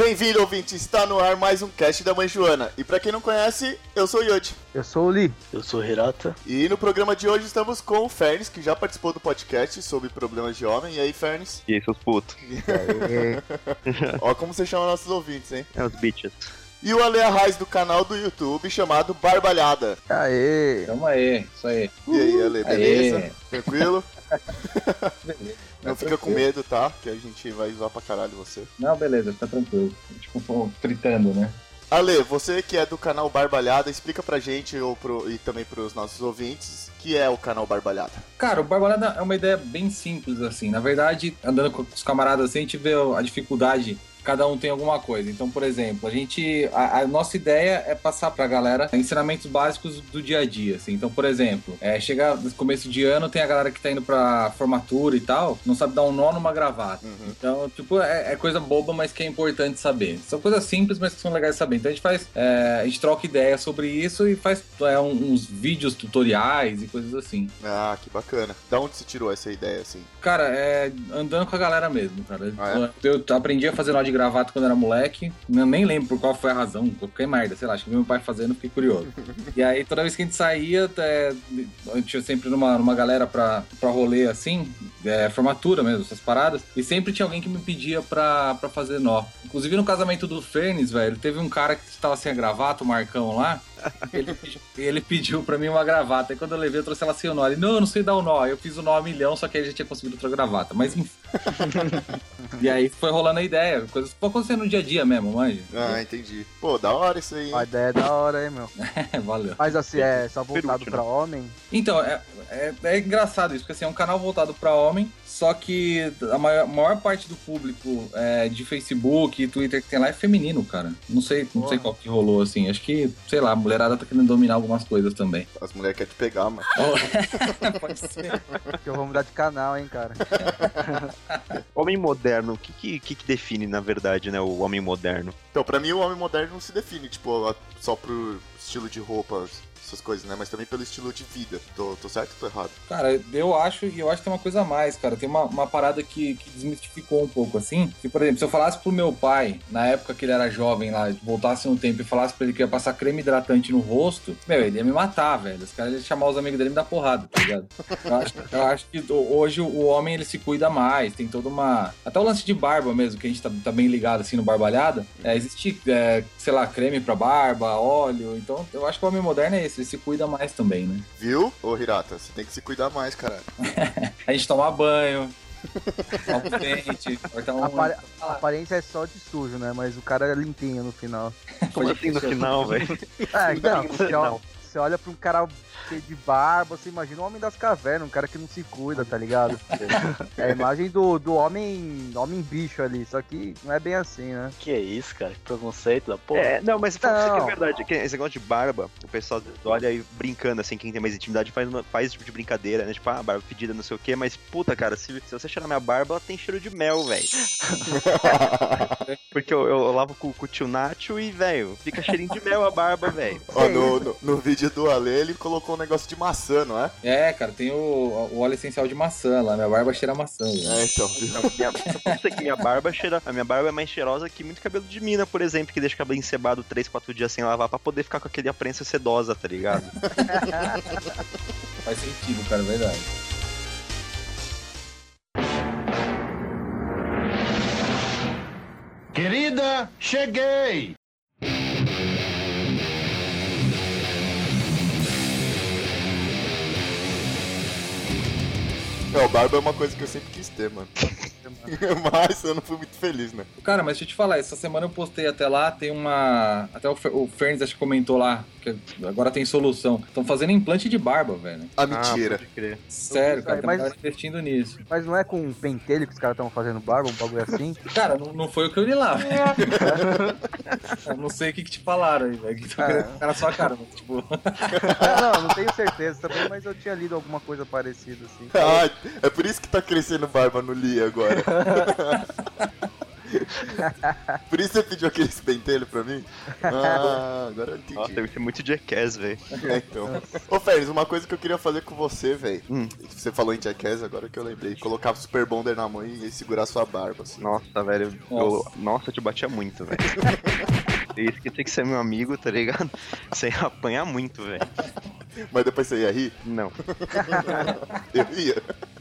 Bem-vindo, ouvinte! Está no ar mais um cast da Mãe Joana. E pra quem não conhece, eu sou o Yodi. Eu sou o Lee. Eu sou o Hirata. E no programa de hoje estamos com o Fernes, que já participou do podcast sobre problemas de homem. E aí, Fernes? E aí, seus putos? Ó como você chama nossos ouvintes, hein? É os bitches. E o Ale Arraes do canal do YouTube chamado Barbalhada. Aê! Tamo aí, isso aí. E aí, Ale, beleza? Aê. Tranquilo? Beleza. Não fica com medo, tá? Que a gente vai zoar pra caralho você. Não, beleza, fica tranquilo. Tipo, tritando, né? Ale, você que é do canal Barbalhada, explica pra gente e também pros nossos ouvintes o que é o canal Barbalhada. Cara, o Barbalhada é uma ideia bem simples, assim. Na verdade, andando com os camaradas assim, a gente vê a dificuldade. Cada um tem alguma coisa. Então, por exemplo, a nossa ideia é passar pra galera ensinamentos básicos do dia a dia, assim. Então, por exemplo, chega no começo de ano, tem a galera que tá indo pra formatura e tal, não sabe dar um nó numa gravata. Uhum. Então, tipo, é coisa boba, mas que é importante saber. São coisas simples, mas que são legais de saber. Então, a gente troca ideia sobre isso e faz uns vídeos tutoriais e coisas assim. Ah, que bacana. Da onde você tirou essa ideia, assim? Cara, andando com a galera mesmo, cara. Ah, Eu aprendi a fazer nó de gravata quando era moleque. Eu nem lembro por qual foi a razão, qualquer merda, sei lá, acho que vi meu pai fazendo, fiquei curioso. E aí, toda vez que a gente saía, eu tinha sempre numa galera pra rolê assim, formatura mesmo, essas paradas, e sempre tinha alguém que me pedia pra fazer nó. Inclusive no casamento do Fernes, velho, teve um cara que tava sem a gravata, o Marcão lá. Ele pediu pra mim uma gravata. E quando eu levei, eu trouxe ela sem o nó. Ele, não, eu não sei dar o nó. Eu fiz o nó a milhão, só que aí já tinha conseguido outra gravata. Mas enfim. E aí foi rolando a ideia. Coisas que acontecendo no dia a dia mesmo, manja. Ah, entendi. Pô, da hora isso aí, hein? A ideia é da hora, hein, meu? Valeu. Mas assim, é só voltado pra homem. Então, é engraçado isso, porque assim, é um canal voltado pra homem, só que a maior parte do público de Facebook e Twitter que tem lá é feminino, cara. Não sei qual que rolou, assim. Acho que, sei lá, a mulherada tá querendo dominar algumas coisas também. As mulheres querem te pegar, mano. Pode ser. Que eu vou mudar de canal, hein, cara. Homem moderno, o que define, na verdade, né, o homem moderno? Então, pra mim, o homem moderno não se define, tipo, só pro estilo de roupa, essas coisas, né? Mas também pelo estilo de vida. Tô certo ou tô errado? Cara, eu acho que tem uma coisa a mais, cara. Tem uma parada que desmistificou um pouco, assim. Que, por exemplo, se eu falasse pro meu pai, na época que ele era jovem lá, voltasse no tempo e falasse pra ele que ia passar creme hidratante no rosto, ele ia me matar, velho. Os caras iam chamar os amigos dele e me dar porrada, tá ligado? Eu acho que hoje o homem, ele se cuida mais. Tem toda uma... Até o lance de barba mesmo, que a gente tá bem ligado, assim, no Barbalhada. Existe, sei lá, creme pra barba, óleo. Então, eu acho que o homem moderno é esse. Ele se cuida mais também, né? Viu? Ô, Hirata, você tem que se cuidar mais, caralho. A gente toma banho, toma o dente, corta A aparência é só de sujo, né? Mas o cara é limpinho no final. Como assim no final, velho? Então, você olha pra um cara cheio de barba, você imagina o homem das cavernas, um cara que não se cuida, tá ligado? É a imagem do homem bicho ali, só que não é bem assim, né? Que é isso, cara? Que preconceito da porra. Não, mas isso aqui é verdade. Esse negócio de barba, o pessoal olha aí brincando, assim, quem tem mais intimidade faz esse tipo de brincadeira, né? Tipo, barba pedida, não sei o quê, mas puta, cara, se você cheirar minha barba, ela tem cheiro de mel, velho. Porque eu lavo com o tio Nacho e, velho, fica cheirinho de mel a barba, velho. Ó, no vídeo do Ale, ele colocou um negócio de maçã, não é? Cara, tem o óleo essencial de maçã lá, minha barba cheira maçã. Então, viu? A minha barba é mais cheirosa que muito cabelo de mina, por exemplo, que deixa o cabelo encebado 3, 4 dias sem lavar pra poder ficar com aquele aparência sedosa, tá ligado? Faz sentido, cara, é verdade. Querida, cheguei! O barba é uma coisa que eu sempre quis ter, mano. Mas eu não fui muito feliz, né? Cara, mas deixa eu te falar, essa semana eu postei até lá, tem uma... Até o Ferns acho que comentou lá, que agora tem solução. Estão fazendo implante de barba, velho. Ah, mentira. Pode crer. Sério, cara, Mas- tá investindo nisso. Mas não é com um pentelho que os caras estão fazendo barba, um bagulho assim? Cara, não foi o que eu li lá, velho. Eu não sei o que te falaram aí, velho. Que tô querendo ficar na sua cara, mas, tipo... Não tenho certeza também, mas eu tinha lido alguma coisa parecida assim. Ah, é por isso que tá crescendo barba no Lee agora. Por isso você pediu aquele pentelho pra mim? Ah, agora eu entendi. Nossa, deve ser muito Jackass, velho. É, então. Ô, Fernes, uma coisa que eu queria fazer com você, velho. Você falou em Jackass, agora que eu lembrei. Colocar o Super Bonder na mão e segurar sua barba, assim. Nossa, velho. Nossa, eu te batia muito, velho. Eu esqueci que você é meu amigo, tá ligado? Você ia apanhar muito, velho. Mas depois você ia rir? Não. Eu ia.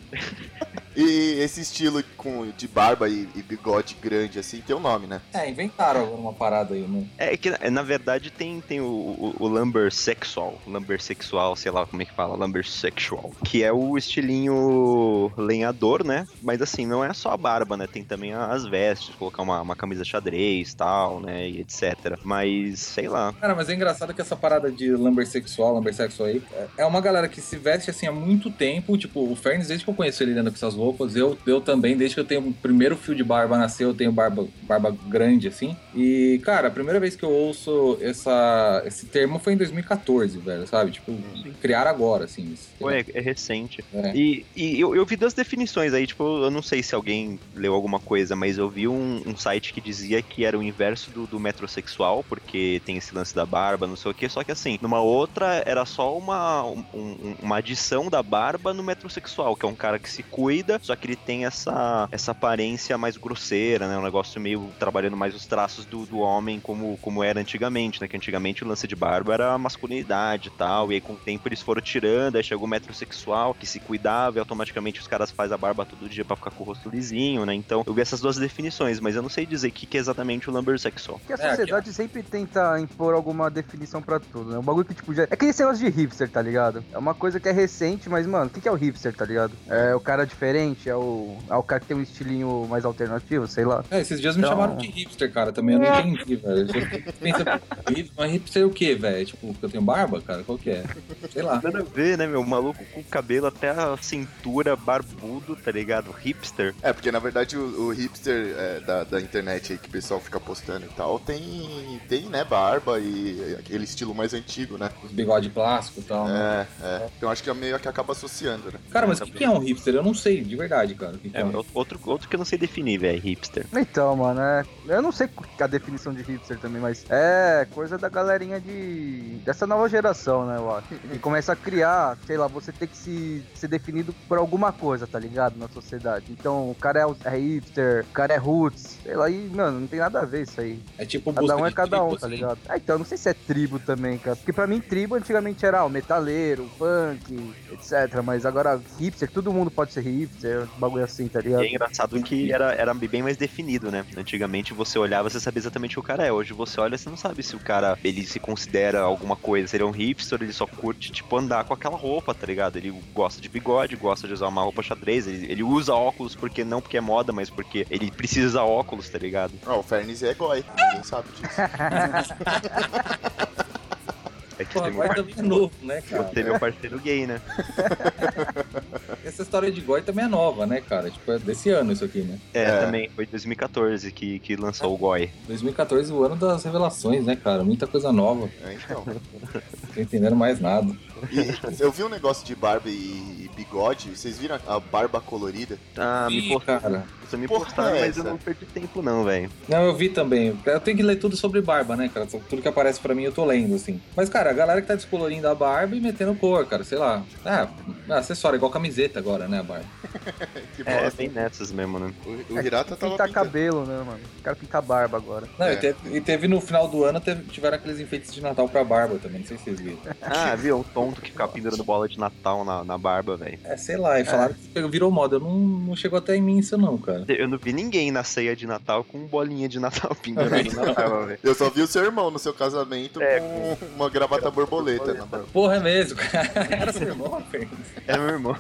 E esse estilo de barba e bigode grande, assim, tem um nome, né? Inventaram agora uma parada aí, né? É que, na verdade, tem o lumbersexual, sei lá como é que fala, lumbersexual, que é o estilinho lenhador, né? Mas assim, não é só a barba, né? Tem também as vestes, colocar uma camisa xadrez, tal, né? E etc. Mas, sei lá. Cara, mas é engraçado que essa parada de lumbersexual aí, é uma galera que se veste assim há muito tempo, tipo, o Fernes, desde que eu conheço ele andando com essas roupas, eu também, desde que eu tenho o primeiro fio de barba nasceu, eu tenho barba grande, assim. E, cara, a primeira vez que eu ouço esse termo foi em 2014, velho, sabe? Tipo, criaram agora, assim. Pô, é recente. E eu vi duas definições aí, tipo, eu não sei se alguém leu alguma coisa, mas eu vi um site que dizia que era o inverso do metrosexual, porque tem esse lance da barba, não sei o que, só que assim, numa outra era só uma adição da barba no metrosexual, que é um cara que se cuida, só que ele tem essa aparência mais grosseira, né? Um negócio meio trabalhando mais os traços do homem como era antigamente, né? Que antigamente o lance de barba era a masculinidade e tal, e aí com o tempo eles foram tirando, aí chegou o metrosexual que se cuidava e automaticamente os caras fazem a barba todo dia pra ficar com o rosto lisinho, né? Então eu vi essas duas definições, mas eu não sei dizer o que é exatamente o lumbersexual. Porque a sociedade sempre tenta impor alguma definição pra tudo, né? Um bagulho que, tipo, já... É que esse negócio de hipster, tá ligado? É uma coisa que é recente, mas, mano, o que é o hipster, tá ligado? É o cara diferente, é o cara que tem um estilinho mais alternativo, sei lá. Esses dias me chamaram de hipster, cara, também eu não entendi, velho. Pensa, mas hipster é o quê, velho? Tipo, eu tenho barba, cara? Qual que é? Sei lá. Nada a ver, né, meu? O maluco com o cabelo até a cintura, barbudo, tá ligado? Hipster. É, porque na verdade o hipster da internet aí que o pessoal fica postando e tal, tem, né, barba e aquele estilo mais antigo, né? Os bigode plástico e tal, né? Então acho que é meio que acaba associando, né? Cara, mas o que é um hipster? Eu não sei, de verdade, cara. Outro que eu não sei definir, velho, hipster. Então, mano, eu não sei a definição de hipster também, mas é coisa da galerinha dessa nova geração, né, eu acho. E começa a criar, sei lá, você tem que ser definido por alguma coisa, tá ligado? Na sociedade. Então, o cara é hipster, o cara é roots, sei lá, e, mano, não tem nada a ver isso aí. É tipo cada um é cada tribo, um, tá ligado? Então, não sei se é tribo também, cara. Porque pra mim, tribo antigamente era o metaleiro, punk, etc. Mas agora, hipster, todo mundo pode ser hipster, um bagulho assim, tá ligado? E é engraçado que era bem mais definido, né? Antigamente você olhava, você sabia exatamente o que o cara é. Hoje você olha, você não sabe se o cara, ele se considera alguma coisa, se ele é um hipster, ele só curte, tipo, andar com aquela roupa, tá ligado? Ele gosta de bigode, gosta de usar uma roupa xadrez, ele usa óculos não porque é moda, mas porque ele precisa usar óculos, tá ligado? O Fernes é goi, ninguém sabe disso. É que Porra, tem Goi também é novo, né, cara? Você é meu parceiro gay, né? Essa história de Goi também é nova, né, cara? Tipo, é desse ano isso aqui, né? Também. Foi 2014 que lançou o Goi. 2014, o ano das revelações, né, cara? Muita coisa nova. Então. Não tô entendendo mais nada. E eu vi um negócio de barba e bigode, vocês viram a barba colorida? Ah, me postaram. Você me postaram, mas eu não perdi tempo não, velho. Não, eu vi também. Eu tenho que ler tudo sobre barba, né, cara? Tudo que aparece pra mim eu tô lendo, assim. Mas, cara, a galera que tá descolorindo a barba e metendo cor, cara, sei lá. Acessório, igual camiseta agora, né, a barba. Que bem nessas mesmo, né? O Hirata tava pintar pintando. cabelo, né, mano? O cara pinta barba agora. Não, e teve no final do ano, tiveram aqueles enfeites de Natal pra barba também, não sei se vocês viram. Viu? O tonto que ficava pendurando bola de Natal na barba, velho. Sei lá, e falaram que virou moda. Não chegou até em mim isso não, cara. Eu não vi ninguém na ceia de Natal com bolinha de Natal pendurando na barba, velho. Eu só vi o seu irmão no seu casamento com uma gravata borboleta na barba. Porra, é mesmo, cara. Era seu irmão, velho. É meu irmão.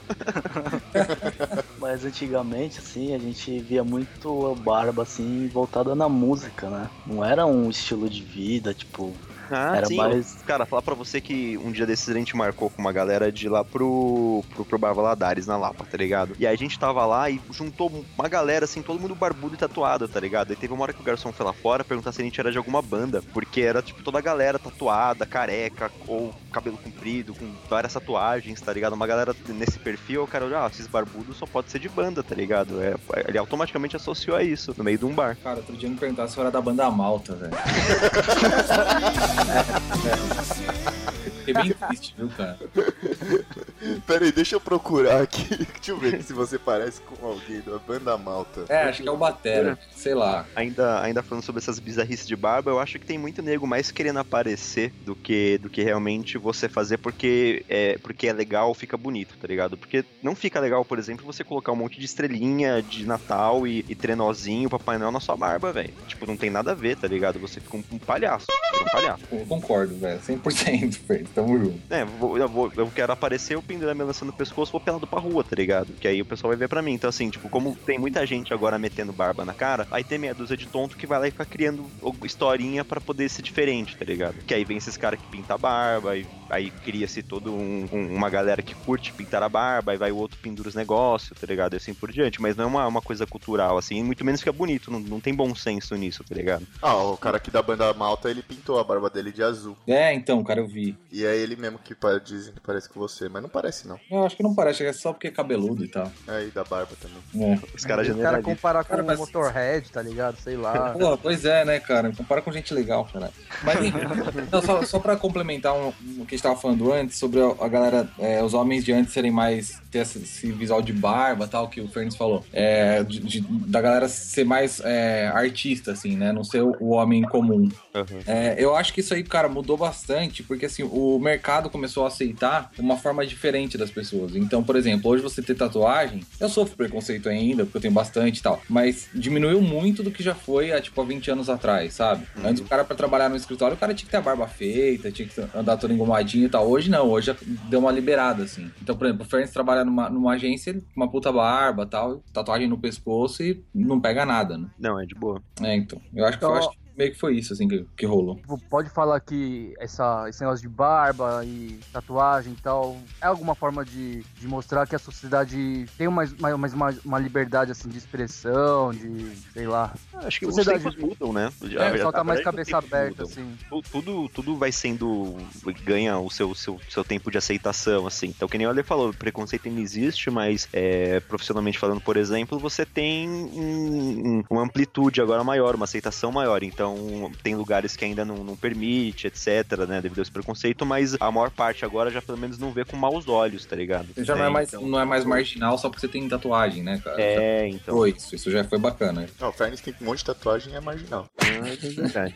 Mas antigamente, assim, a gente via muito a barba, assim, voltada na música, né? Não era um estilo de vida, tipo, Ah, Era sim. mais- Cara, falar pra você que um dia desses a gente marcou com uma galera de ir lá pro Bar Valadares, na Lapa, tá ligado? E aí a gente tava lá e juntou uma galera, assim, todo mundo barbudo e tatuado, tá ligado? E teve uma hora que o garçom foi lá fora perguntar se a gente era de alguma banda, porque era, tipo, toda a galera tatuada, careca, ou cabelo comprido, com várias tatuagens, tá ligado? Uma galera nesse perfil, o cara olhou, esses barbudos só pode ser de banda, tá ligado? Ele automaticamente associou a isso, no meio de um bar. Cara, outro dia me perguntaram se eu era da banda Malta, velho. Fiquei bem triste, viu, cara? Pera aí, deixa eu procurar aqui. Deixa eu ver se você parece com alguém da banda Malta. Acho que é o Batera, sei lá. Ainda falando sobre essas bizarrices de barba, eu acho que tem muito nego mais querendo aparecer do que realmente você fazer porque é legal, fica bonito, tá ligado? Porque não fica legal, por exemplo, você colocar um monte de estrelinha de Natal e trenozinho, Papai Noel na sua barba, velho. Tipo, não tem nada a ver, tá ligado? Você fica um palhaço. Um palhaço. Eu concordo, velho. 100%, Fer. Tamo junto. Eu quero aparecer, eu pendurar minha lança no pescoço, vou pelado pra rua, tá ligado? Que aí o pessoal vai ver pra mim. Então, assim, tipo, como tem muita gente agora metendo barba na cara, aí tem meia dúzia de tonto que vai lá e fica criando historinha pra poder ser diferente, tá ligado? Que aí vem esses caras que pintam a barba, aí cria-se todo uma galera que curte pintar a barba, aí vai o outro pendura os negócios, tá ligado? E assim por diante. Mas não é uma coisa cultural, assim, muito menos fica bonito, não tem bom senso nisso, tá ligado? O cara aqui da banda Malta, ele pintou a barba dele de azul. Então, cara, eu vi. E é ele mesmo que dizem que parece com você, mas não parece não. Eu acho que não parece, é só porque é cabeludo e tal. Aí da barba também. Os caras O cara comparar com Cara, o mas- Motorhead, tá ligado? Sei lá. Pô, pois é, né, cara? Compara com gente legal, cara. Mas enfim, não, só pra complementar o que a gente tava falando antes, sobre a galera, os homens de antes serem mais, ter esse visual de barba, tal, que o Fernis falou. Da galera ser mais artista, assim, né? Não ser o homem comum. Eu acho que isso aí, cara, mudou bastante, porque assim, o mercado começou a aceitar uma forma diferente das pessoas. Então, por exemplo, hoje você ter tatuagem, eu sofro preconceito ainda, porque eu tenho bastante e tal, mas diminuiu muito do que já foi há 20 anos atrás, sabe? Antes o cara, pra trabalhar no escritório, o cara tinha que ter a barba feita, tinha que andar todo engomadinho e tal. Hoje não, hoje já deu uma liberada, assim. Então, por exemplo, o Ferns trabalha numa agência, uma puta barba, tal, tatuagem no pescoço e não pega nada, né? Não, é de boa. Então, eu acho que meio que foi isso, assim, que rolou. Pode falar que esse negócio de barba e tatuagem e tal é alguma forma de mostrar que a sociedade tem uma liberdade, assim, de expressão, de, sei lá. Acho que os Sociedade- tempos mudam, né? O pessoal tá mais Os cabeça tempos aberta, mudam. assim. Tudo vai sendo... ganha o seu tempo de aceitação, assim. Então, que nem o Ale falou, preconceito ainda existe, mas profissionalmente falando, por exemplo, você tem uma amplitude agora maior, uma aceitação maior. Então, tem lugares que ainda não permite, etc, né? Devido a esse preconceito, mas a maior parte agora já pelo menos não vê com maus olhos, tá ligado? Já não é mais marginal só porque você tem tatuagem, né, cara? Então. Foi isso já foi bacana. O Fernis tem um monte de tatuagem e é marginal. É verdade.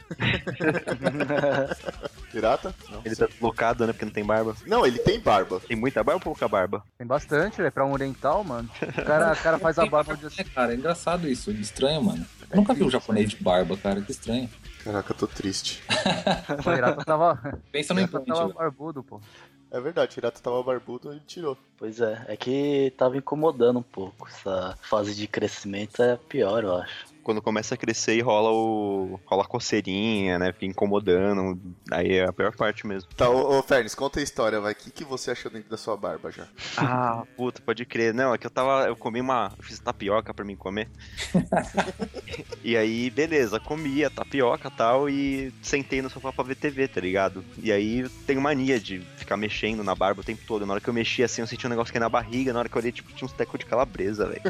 Pirata? Não. Ele tá deslocado, né? Porque não tem barba. Não, ele tem barba. Tem muita barba ou pouca barba? Tem bastante, velho, pra um oriental, mano. O cara faz a barba de... Cara, é engraçado isso, estranho, mano. Eu nunca vi um japonês de barba, cara, que estranho. Caraca, eu tô triste. O Hirata tava... Pensa no Hirata implante, tava velho. barbudo, pô. É verdade, o Hirata tava barbudo e tirou. Pois é que tava incomodando um pouco. Essa fase de crescimento é pior, eu acho. Quando começa a crescer e rola a coceirinha, né? Fica incomodando. Aí é a pior parte mesmo. Tá, ô Fernis, conta a história, vai. O que você achou dentro da sua barba já? Puta, pode crer. Não, é que eu comi eu fiz tapioca pra mim comer. E aí, beleza, comi a tapioca e tal e sentei no sofá pra ver TV, tá ligado? E aí eu tenho mania de ficar mexendo na barba o tempo todo. Na hora que eu mexi assim, eu senti um negócio aqui na barriga. Na hora que eu olhei, tipo, tinha uns tecos de calabresa, velho.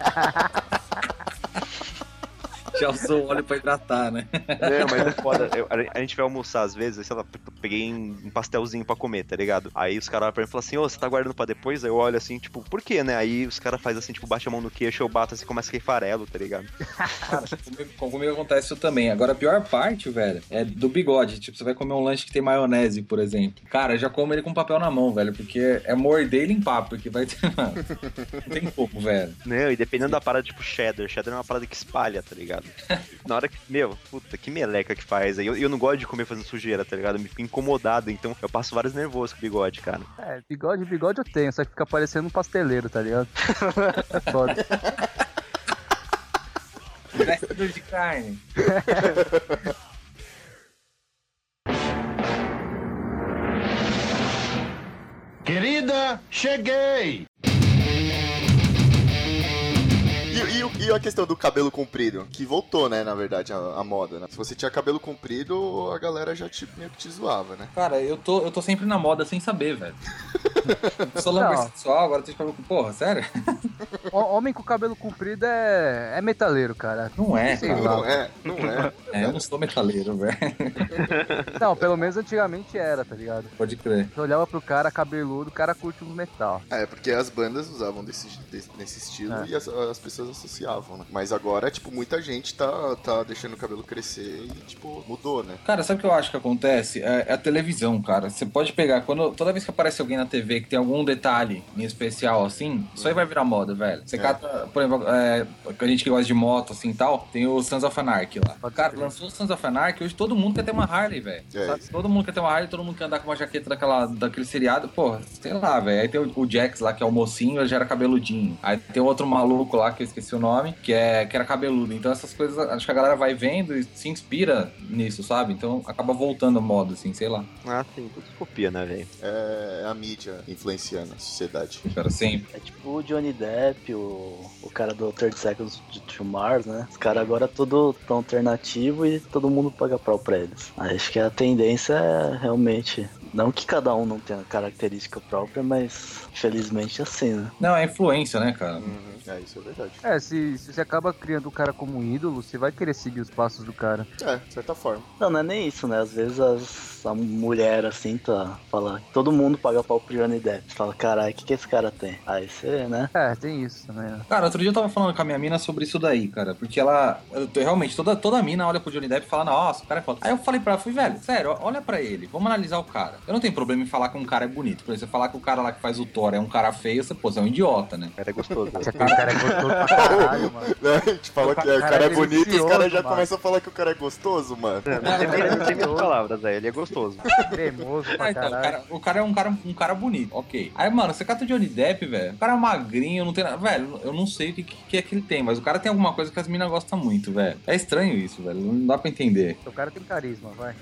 Já usou óleo pra hidratar, né? Mas é foda. A gente vai almoçar às vezes, sei lá, eu peguei um pastelzinho pra comer, tá ligado? Aí os caras olham pra mim e falam assim, ô, você tá guardando pra depois? Aí eu olho assim, tipo, por quê, né? Aí os caras fazem assim, tipo, bate a mão no queixo, eu bato assim, começa a cair farelo, tá ligado? Cara, comigo acontece isso também. Agora, a pior parte, velho, é do bigode. Tipo, você vai comer um lanche que tem maionese, por exemplo. Cara, eu já como ele com papel na mão, velho, porque é morder e limpar, porque vai ter... Não tem como, velho. Não, e dependendo da parada, tipo, cheddar é uma parada que espalha, tá ligado? Na hora que, puta, que meleca que faz. Aí eu não gosto de comer fazendo sujeira, tá ligado? Eu me fico incomodado, então eu passo vários nervosos com o bigode, cara. Bigode eu tenho, só que fica parecendo um pasteleiro, tá ligado? É foda. Vestido de carne. Querida, cheguei! E a questão do cabelo comprido, que voltou, né, na verdade, a moda, né? Se você tinha cabelo comprido, a galera já meio que te zoava, né? Cara, eu tô sempre na moda sem saber, velho. Eu sou sexual, agora tô de cabelo com... Porra, sério? Homem com cabelo comprido é metaleiro, cara. Não é, Sei cara. lá. Não é. Eu não sou metaleiro, velho. Não, pelo menos antigamente era, tá ligado? Pode crer. Você olhava pro cara cabeludo, o cara curte um metal. Porque as bandas usavam nesse estilo e as pessoas associavam, né? Mas agora, tipo, muita gente tá deixando o cabelo crescer e, tipo, mudou, né? Cara, sabe o que eu acho que acontece? É a televisão, cara. Você pode pegar, toda vez que aparece alguém na TV que tem algum detalhe em especial, assim, isso aí vai virar moda, velho. Você cata, por exemplo, a gente que gosta de moto, assim, e tal, tem o Sons of Anarchy lá. Cara, lançou o Sons of Anarchy, hoje todo mundo quer ter uma Harley, velho. Todo mundo quer ter uma Harley, todo mundo quer andar com uma jaqueta daquele seriado. Porra, sei lá, velho. Aí tem o Jax lá, que é o mocinho, ele já era cabeludinho. Aí tem outro maluco lá, que eu esqueci o nome, que era cabeludo. Então essas coisas, acho que a galera vai vendo e se inspira nisso, sabe? Então acaba voltando a moda, assim, sei lá. Ah, sim, tudo se copia, né, velho? É a mídia influenciando a sociedade. Cara, sempre. É tipo o Johnny Depp, o cara do 30 Seconds to Mars, né? Os caras agora tudo tão alternativo e todo mundo paga pau pra eles. Acho que a tendência é realmente... Não que cada um não tenha característica própria, mas infelizmente assim, né? Não, é influência, né, cara? Isso é verdade. Se você acaba criando o cara como um ídolo, você vai querer seguir os passos do cara. De certa forma. Não é nem isso, né? Às vezes a mulher, assim, fala... Todo mundo paga pau pro Johnny Depp. Você fala, caralho, o que esse cara tem? Aí você, né? Tem isso também, né? Cara, outro dia eu tava falando com a minha mina sobre isso daí, cara. Porque ela... Realmente, toda mina olha pro Johnny Depp e fala, nossa, o cara é foda. Aí eu falei pra ela, velho, sério, olha pra ele. Vamos analisar o cara. Eu não tenho problema em falar que um cara é bonito. Por exemplo, você falar que o cara lá que faz o Thor é um cara feio, você é um idiota, né? O cara é gostoso. O cara é gostoso pra caralho, mano. A gente fala que o cara é bonito e os caras já mano. começam a falar que o cara é gostoso, mano. Não tem minhas palavras, velho. Ele é gostoso. Cremoso pra Então, caralho. o cara é um cara bonito, ok. Aí, mano, você cata o Johnny Depp, velho. O cara é magrinho, não tem nada. Velho, eu não sei o que é que ele tem, mas o cara tem alguma coisa que as minas gostam muito, velho. É estranho isso, velho. Não dá pra entender. O cara tem carisma, vai.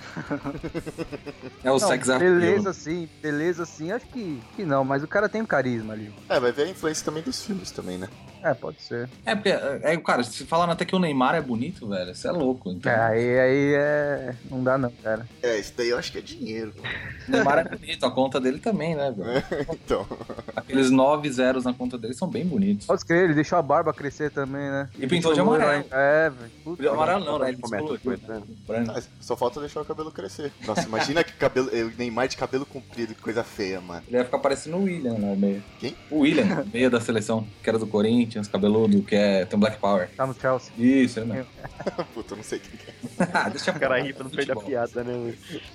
É o sex appeal. Beleza sim, acho que não, mas o cara tem um carisma ali. Vai ver a influência também dos filmes também, né? Pode ser. Porque, cara, se falando até que o Neymar é bonito, velho, você é louco. Então. Aí não dá não, cara. Isso daí eu acho que é dinheiro. O Neymar é bonito, a conta dele também, né, velho? Então. Aqueles 9 zeros na conta dele são bem bonitos. Pode crer, ele deixou a barba crescer também, né? E pintou de amarelo. Velho. Amarelo não, né? Ele Começa descoloriu. Só falta deixar o cabelo crescer. Nossa, imagina que cabelo, o Neymar de cabelo comprido, que coisa feia, mano. Ele vai ficar parecendo o William, né, meio. Quem? O William, meio da seleção, que era do Corinthians, cabeludo, tem um Black Power. Tá no Chelsea. Isso, ele mesmo. Puta, eu não sei quem que é. Deixa O cara ri pra não perder a piada, né?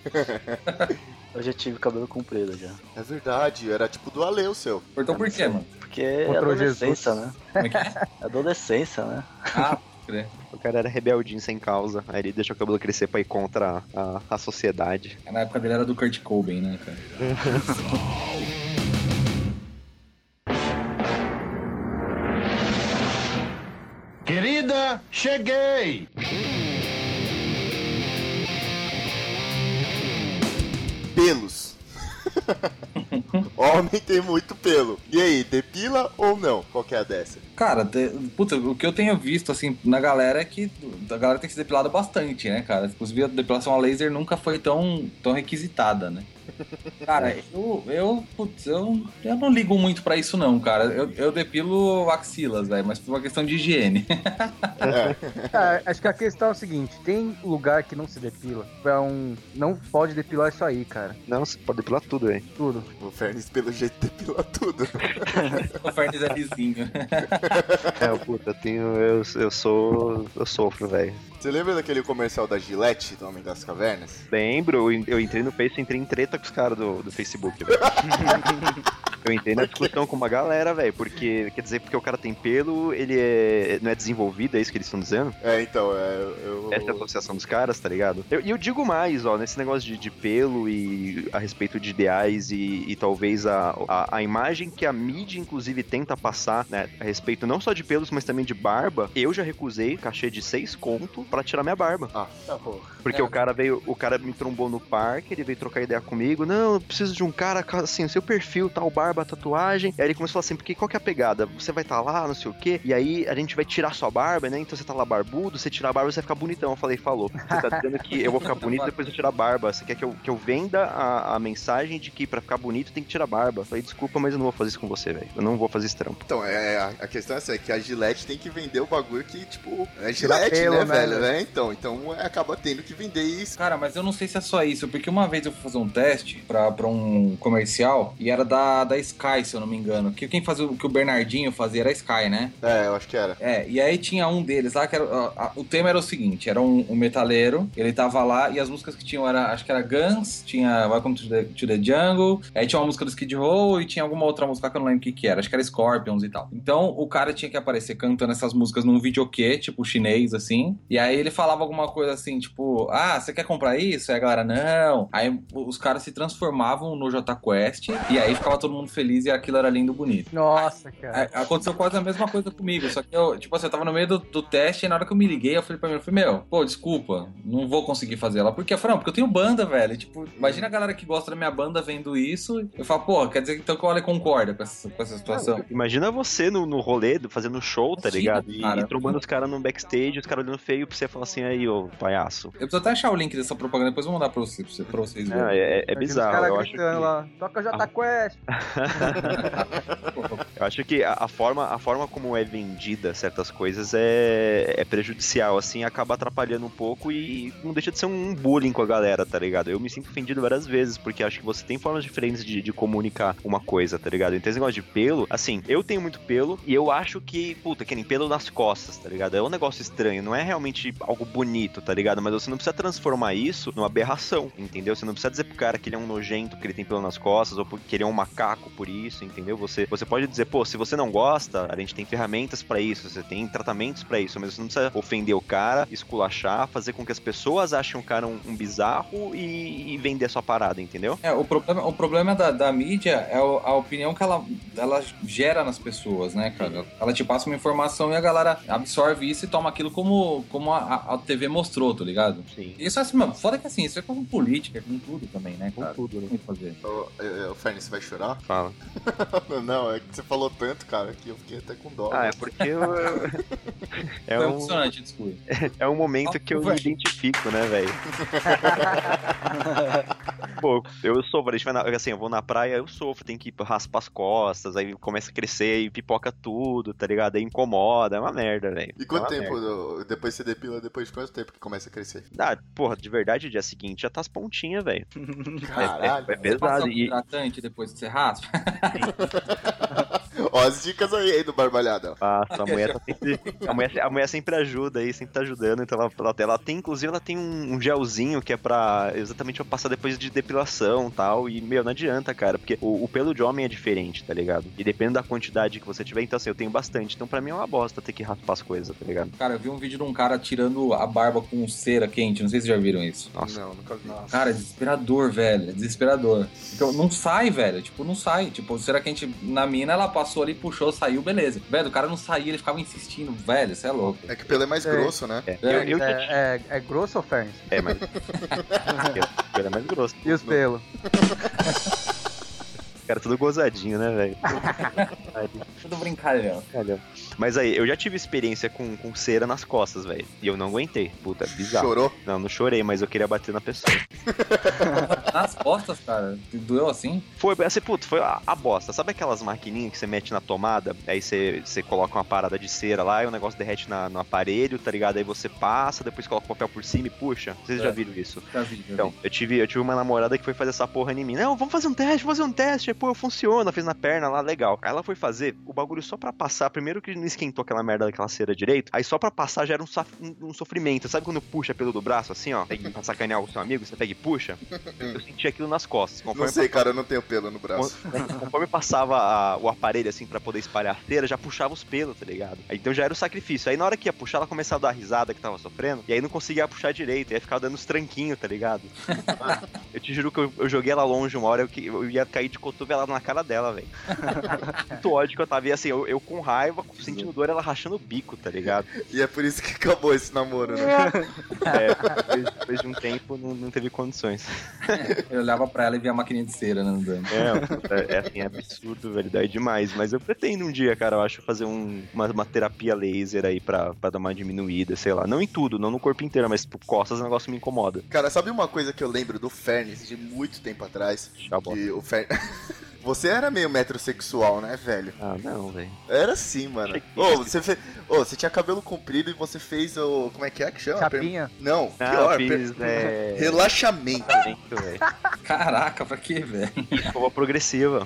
Eu já tive cabelo comprido já. É verdade, era tipo do Ale o seu. Cortou por quê, mano? Porque é Contra o adolescência, Jesus. né? Como é que é? Adolescência, né? Ah, crer. O cara era rebeldinho sem causa. Aí ele deixou o cabelo crescer pra ir contra a sociedade. Na época dele era do Kurt Cobain, né, cara? Querida, cheguei! Pelos. Homem tem muito pelo. E aí, depila ou não? Qual que é a dessa? Cara, puta, o que eu tenho visto, assim, na galera é que a galera tem que se depilar bastante, né, cara? Inclusive, a depilação a laser nunca foi tão requisitada, né? Cara, eu não ligo muito pra isso, não, cara. Eu depilo axilas, velho, mas por uma questão de higiene. Acho que a questão é o seguinte, tem lugar que não se depila. Não pode depilar isso aí, cara. Não, você pode depilar tudo, velho. Tudo. O Fernis, pelo jeito, depila tudo. O Fernis é lisinho. Puta, eu sofro, velho. Você lembra daquele comercial da Gillette, do Homem das Cavernas? Lembro, eu entrei no Face, entrei em treta com os caras do Facebook, velho. Eu entrei na discussão com uma galera, velho, porque, quer dizer, porque o cara tem pelo, ele não é desenvolvido, é isso que eles estão dizendo? Então, Essa é a associação dos caras, tá ligado? E eu digo mais, ó, nesse negócio de pelo e a respeito de ideais e talvez a imagem que a mídia, inclusive, tenta passar, né, a respeito não só de pelos, mas também de barba, eu já recusei cachê de 6 conto pra tirar minha barba. tá bom. Porque o cara me trombou no parque, ele veio trocar ideia comigo, não, eu preciso de um cara, assim, o seu perfil, tal, barba, tatuagem. Aí ele começou a falar assim, porque qual que é a pegada? Você vai estar lá, não sei o quê, e aí a gente vai tirar sua barba, né? Então você tá lá barbudo, você tirar a barba, você vai ficar bonitão. Eu falei, falou. Você tá dizendo que eu vou ficar bonito depois eu tirar a barba. Você quer que eu venda a mensagem de que pra ficar bonito tem que tirar a barba? Eu falei, desculpa, mas eu não vou fazer isso com você, velho. Eu não vou fazer esse trampo. Então, a questão é essa, é que a Gillette tem que vender o bagulho que, tipo, é Gillette, pelo, né, velho? Né? Então acaba tendo que vender isso. Cara, mas eu não sei se é só isso, porque uma vez eu fui fazer um teste pra um comercial e era da Sky, se eu não me engano. Que quem fazia o que o Bernardinho fazia era a Sky, né? Eu acho que era. E aí tinha um deles lá que era. O tema era o seguinte: era um metaleiro, ele tava lá e as músicas que tinham acho que era Guns, tinha Welcome to the Jungle, aí tinha uma música do Skid Row e tinha alguma outra música que eu não lembro o que era, acho que era Scorpions e tal. Então o cara tinha que aparecer cantando essas músicas num videokê, tipo chinês, assim, e aí ele falava alguma coisa assim, tipo, você quer comprar isso? Aí a galera, não. Aí os caras se transformavam no Jota Quest e aí ficava todo mundo feliz e aquilo era lindo e bonito. Nossa, cara. Aconteceu quase a mesma coisa comigo, só que eu, tipo assim, eu tava no meio do teste e na hora que eu me liguei, eu falei pra mim, pô, desculpa, não vou conseguir fazer ela. Por quê? Eu falei, não, porque eu tenho banda, velho. Tipo, imagina a galera que gosta da minha banda vendo isso, eu falo, pô, quer dizer então que o Ale concorda com essa situação. Imagina você no rolê, fazendo show, tá ligado? E trombando os caras no backstage, os caras olhando feio pra você falar assim, aí, ô, palhaço. Eu preciso até achar o link dessa propaganda, depois eu vou mandar pra vocês verem. É bizarro, eu acho que... lá, toca Jota Quest. Eu acho que a forma como é vendida certas coisas é prejudicial, assim, acaba atrapalhando um pouco e não deixa de ser um bullying com a galera, tá ligado? Eu me sinto ofendido várias vezes, porque acho que você tem formas diferentes de comunicar uma coisa, tá ligado? Então esse negócio de pelo, assim, eu tenho muito pelo e eu acho que, puta, que nem pelo nas costas, tá ligado? É um negócio estranho, não é realmente algo bonito, tá ligado? Mas você não precisa transformar isso numa aberração, entendeu? Você não precisa dizer pro cara que ele é um nojento, que ele tem pelo nas costas, ou que ele é um macaco por isso, entendeu? Você pode dizer, pô, se você não gosta, a gente tem ferramentas pra isso, você tem tratamentos pra isso, mas você não precisa ofender o cara, esculachar, fazer com que as pessoas achem o cara um bizarro e vender a sua parada, entendeu? O problema da mídia é a opinião que ela gera nas pessoas, né, cara? Ela te passa uma informação e a galera absorve isso e toma aquilo como a TV mostrou, tá ligado? Sim. Isso é assim, mano, foda que assim, isso é com política, com tudo também, né, cara? Com tudo, né? Tem que fazer. Ô, Fernie, você vai chorar? Fala. Não, é que você falou tanto, cara, que eu fiquei até com dó. É porque Foi emocionante, desculpa. É um momento que eu me identifico, né, velho? Pô, eu sofro, assim, eu vou na praia, eu sofro, tem que raspar as costas, aí começa a crescer e pipoca tudo, tá ligado? Aí incomoda, é uma merda, velho. E quanto tempo, depois você depila, depois de quanto tempo que começa a crescer? Porra, de verdade, dia seguinte já tá as pontinhas, velho. Caralho. É pesado. Passa um hidratante depois que você raspa? Ó, as dicas aí do Barbalhada. A mulher tá sempre... A mulher sempre ajuda aí, sempre tá ajudando, então ela tem, inclusive, ela tem um gelzinho que é exatamente pra passar depois de depilação e tal, e, não adianta, cara, porque o pelo de homem é diferente, tá ligado? E depende da quantidade que você tiver, então assim, eu tenho bastante, então pra mim é uma bosta ter que raspar as coisas, tá ligado? Cara, eu vi um vídeo de um cara tirando a barba com cera quente, não sei se vocês já viram isso. Nossa. Não, nunca vi. Cara, é desesperador, velho, é desesperador. Então, não sai, velho, tipo, não sai. Tipo, cera quente na mina, ela passou ali, puxou, saiu, beleza. Velho, o cara não saía, ele ficava insistindo, velho, isso é louco. É que o pelo é mais grosso, né? É grosso ou Ferns? É, mas... o pelo é mais grosso. E os pelos? Cara, tudo gozadinho, né, velho? Tudo brincalhão. Mas aí, eu já tive experiência com cera nas costas, velho. E eu não aguentei. Puta, bizarro. Chorou? Não chorei, mas eu queria bater na pessoa. Nas costas, cara? Doeu assim? Foi, assim, puta, foi a bosta. Sabe aquelas maquininhas que você mete na tomada? Aí você coloca uma parada de cera lá e o negócio derrete no aparelho, tá ligado? Aí você passa, depois coloca o papel por cima e puxa. Vocês já viram isso? Já vi. Então, eu tive uma namorada que foi fazer essa porra em mim. Não, vamos fazer um teste. achei, pô, funciona, fez na perna lá, legal. Aí ela foi fazer o bagulho só pra passar, primeiro que não esquentou aquela merda daquela cera direito, aí só pra passar já era um sofrimento. Sabe quando puxa pelo do braço, assim, ó, pra sacanear o seu amigo, você pega e puxa? Eu senti aquilo nas costas. Não sei, cara, eu não tenho pelo no braço. Conforme passava o aparelho, assim, pra poder espalhar a cera, já puxava os pelos, tá ligado? Aí, então já era o sacrifício. Aí na hora que ia puxar, ela começava a dar risada que tava sofrendo, e aí não conseguia puxar direito, e aí ficava dando os tranquinhos, tá ligado? Eu te juro que eu joguei ela longe uma hora, eu ia cair de cotovelada na cara dela, velho. Muito ódio que eu tava, e assim, eu com raiva, sentindo dor, ela rachando o bico, tá ligado? E é por isso que acabou esse namoro, né? Depois de um tempo, não teve condições. Eu olhava pra ela e via a maquininha de cera, né, andando. Assim, é absurdo, velho, dói demais. Mas eu pretendo um dia, cara, eu acho, fazer uma terapia laser aí pra dar uma diminuída, sei lá. Não em tudo, não no corpo inteiro, mas tipo, costas o negócio me incomoda. Cara, sabe uma coisa que eu lembro do Fernes de muito tempo atrás? Que o Fernes... Você era meio metrosexual, né, velho? Ah, não, velho. Era sim, mano. Você tinha cabelo comprido e você fez o... Como é que chama? Chapinha? Não, pior. Relaxamento. Velho. Caraca, pra quê, velho? Escova progressiva.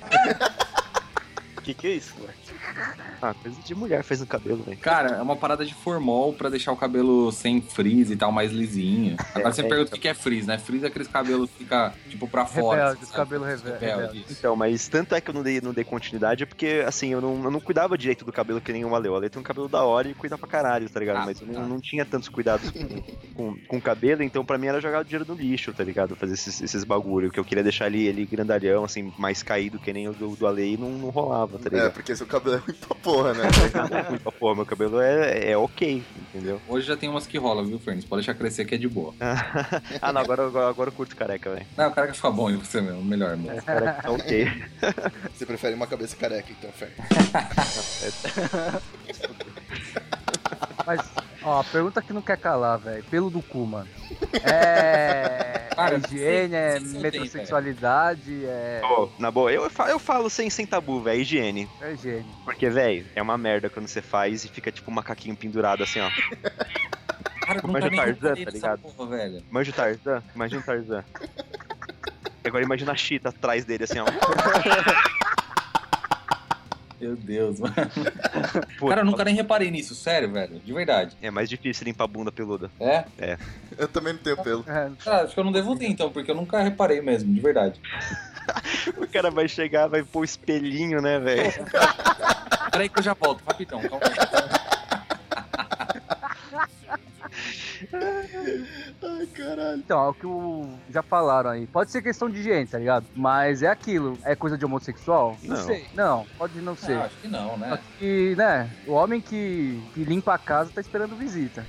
Que é isso, velho? Ah, coisa de mulher fez no cabelo, velho. Cara, é uma parada de formol pra deixar o cabelo sem frizz e tal, mais lisinho. Agora você pergunta o que é frizz, né? Frizz é aqueles cabelos que fica, tipo, pra fora. Rebelde, os cabelos rebeldes. Então, mas tanto é que eu não dei continuidade, é porque, assim, eu não cuidava direito do cabelo que nem o Ale. O Ale tem um cabelo da hora e cuida pra caralho, tá ligado? Mas eu não tinha tantos cuidados com o cabelo, então pra mim era jogar o dinheiro no lixo, tá ligado? Fazer esses bagulho, que eu queria deixar ele grandalhão, assim, mais caído que nem o do Ale e não rolava, tá ligado? É, porque seu cabelo é muito pra porra, né? Pô, meu cabelo é ok, entendeu? Hoje já tem umas que rola, viu, Fernes? Pode deixar crescer que é de boa. Ah, não, agora eu curto careca, velho. Não, o careca fica bom em você mesmo, melhor mesmo. Careca tá ok. Você prefere uma cabeça careca, então, Fer? Mas, ó, a pergunta que não quer calar, velho. Pelo do cu, mano. Cara, higiene, é sim, metrosexualidade, Na boa, eu falo sem tabu, velho, higiene. é higiene. Porque, velho, é uma merda quando você faz e fica tipo um macaquinho pendurado assim, ó. Cara, eu Manja nunca nem Tarzan, reparei tá nessa ligado? porra, velho. Manja o Tarzan? Imagina o Tarzan. Agora imagina a Cheetah atrás dele, assim, ó. Meu Deus, mano. Pô, Cara, eu nunca nem reparei nisso, sério, velho. De verdade. É mais difícil limpar a bunda peluda. É? Eu também não tenho pelo. Cara, acho que eu não devo ter, então, porque eu nunca reparei mesmo, de verdade. O cara vai chegar, vai pôr o espelhinho, né, velho? Peraí que eu já volto, rapidão, calma aí. Ai, caralho. Então, é o que já falaram aí. Pode ser questão de higiene, tá ligado? Mas é aquilo. É coisa de homossexual? Não. Sei. Não, pode não ser. Ah, acho que não, né? Só que, né, o homem que limpa a casa tá esperando visita.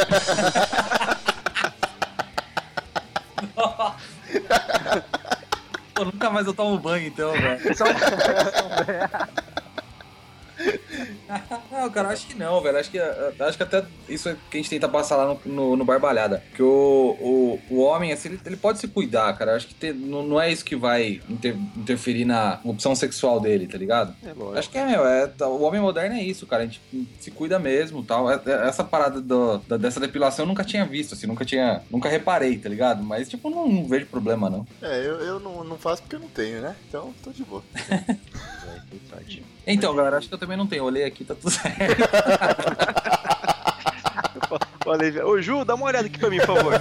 Pô, nunca mais eu tomo banho, então, velho. Só Não, cara, acho que não, velho. Acho que até isso é que a gente tenta passar lá no Barbalhada. Que o homem, assim, ele pode se cuidar, cara. Acho que não é isso que vai interferir na opção sexual dele, tá ligado? É lógico. Acho que o homem moderno é isso, cara. A gente se cuida mesmo, tal. Essa parada dessa depilação eu nunca tinha visto, assim. Nunca reparei, tá ligado? Mas, tipo, não vejo problema, não. Eu não faço porque eu não tenho, né? Então, tô de boa. Então, galera, acho que eu também não tenho. Olhei aqui, tá tudo certo. Ô, Ju, dá uma olhada aqui pra mim, por favor.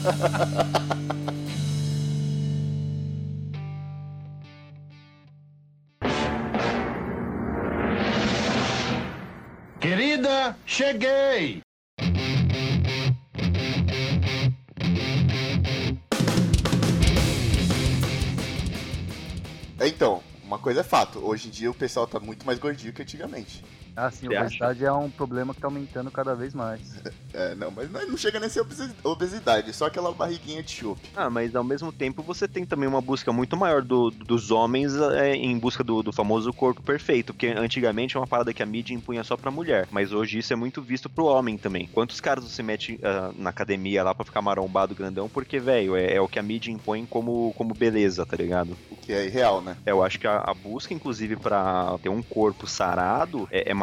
Querida, cheguei! Então, uma coisa é fato. Hoje em dia o pessoal tá muito mais gordinho que antigamente. Assim, Você obesidade é um problema que tá aumentando cada vez mais. Não, mas não chega nem a ser obesidade, só aquela barriguinha de chope. Ah, mas ao mesmo tempo você tem também uma busca muito maior dos homens em busca do famoso corpo perfeito, porque antigamente é uma parada que a mídia impunha só pra mulher, mas hoje isso é muito visto pro homem também. Quantos caras você mete na academia lá pra ficar marombado, grandão, porque, velho, é o que a mídia impõe como beleza, tá ligado? O que é irreal, né? Eu acho que a busca, inclusive, pra ter um corpo sarado é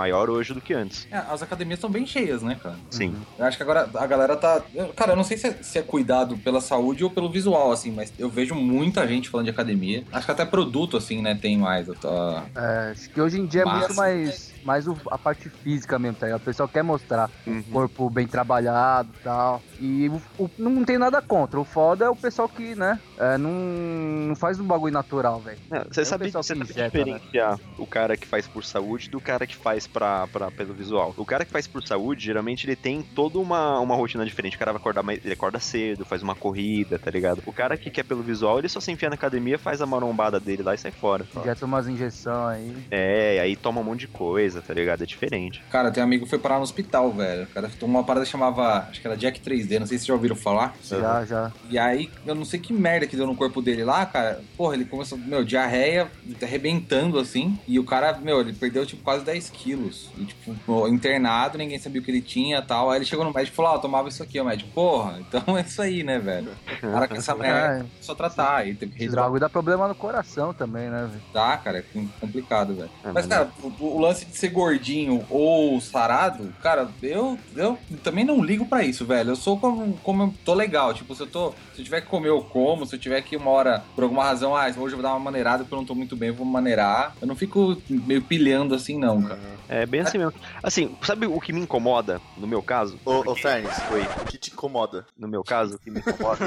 maior hoje do que antes. As academias estão bem cheias, né, cara? Sim. Eu acho que agora a galera tá... Cara, eu não sei se é cuidado pela saúde ou pelo visual, assim, mas eu vejo muita gente falando de academia. Acho que até produto, assim, né, tem mais. Acho que hoje em dia é muito mais a parte física mesmo, tá ligado? O pessoal quer mostrar corpo bem trabalhado e tal. E não tem nada contra. O foda é o pessoal que, né, não faz um bagulho natural, velho. Você sabe diferenciar o cara que faz por saúde do cara que faz pelo visual. O cara que faz por saúde, geralmente ele tem toda uma rotina diferente. O cara vai acordar ele acorda cedo, faz uma corrida, tá ligado? O cara que quer pelo visual, ele só se enfia na academia, faz a marombada dele lá e sai fora. Já toma umas injeções aí. Aí toma um monte de coisa, tá ligado? É diferente. Cara, tem um amigo que foi parar no hospital, velho. O cara tomou uma parada que chamava, acho que era Jack 3D, não sei se vocês já ouviram falar. Já. E aí, eu não sei que merda que deu no corpo dele lá, cara. Porra, ele começou, diarreia, arrebentando, assim. E o cara, ele perdeu, tipo, quase 10 quilos. E, tipo, internado, ninguém sabia o que ele tinha e tal. Aí ele chegou no médico e falou, eu tomava isso aqui. O médico, porra, então é isso aí, né, velho? O cara com essa merda, só tratar. Aí teve que droga dá problema no coração também, né, velho? Dá, cara, é complicado, velho. Mas, cara, o lance de ser gordinho ou sarado, cara, eu também não ligo pra isso, velho. Eu sou como eu tô legal. Tipo, se eu tiver que comer, eu como. Se eu tiver que uma hora, por alguma razão, hoje eu vou dar uma maneirada porque eu não tô muito bem, eu vou maneirar. Eu não fico meio pilhando assim, não, cara. É bem assim mesmo. Assim, sabe o que me incomoda, no meu caso? Ô, Fernes, o que te incomoda? No meu caso, o que me incomoda?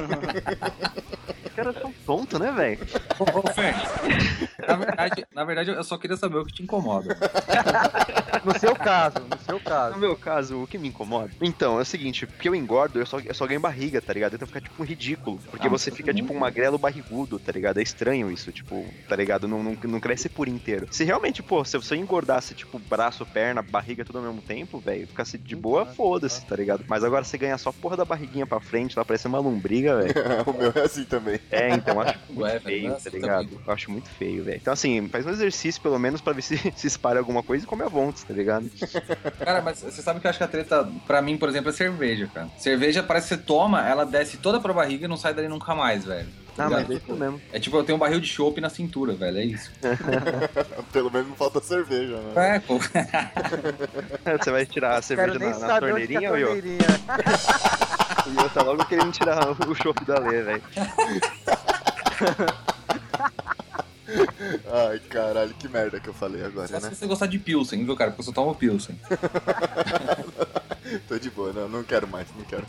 Os caras são tontos, né, velho? Ô, Fernes, na verdade, eu só queria saber o que te incomoda. No seu caso. No meu caso, o que me incomoda? Então, é o seguinte, porque eu engordo, eu só ganho barriga, tá ligado? Então fica, tipo, um ridículo. Porque você fica, tipo, um magrelo barrigudo, tá ligado? É estranho isso, tipo, tá ligado? Não cresce por inteiro. Se realmente, pô, se você engordasse, tipo, braço, perna, barriga, tudo ao mesmo tempo, velho, ficasse de boa, foda-se, tá ligado? Mas agora você ganha só a porra da barriguinha pra frente, lá parece uma lombriga, velho. O meu é assim também. Então acho muito feio, tá ligado? Eu acho muito feio, velho. Então, assim, faz um exercício, pelo menos, pra ver se espalha alguma coisa e come a vontade, tá ligado? Cara, mas você sabe que eu acho que a treta, pra mim, por exemplo, é cerveja, cara. Cerveja parece que você toma, ela desce toda pra barriga e não sai dali nunca mais, velho. Mas é isso mesmo. É tipo, eu tenho um barril de chopp na cintura, velho, é isso. Pelo menos não falta cerveja, né? Pô. Você vai tirar a cerveja na torneirinha, ou eu? E eu tá logo querendo tirar o chopp da Lê, velho. Ai, caralho, que merda que eu falei agora, Só né? se você gostar de Pilsen, viu, cara? Porque eu só tomo Pilsen. Tô de boa, não quero mais, não quero.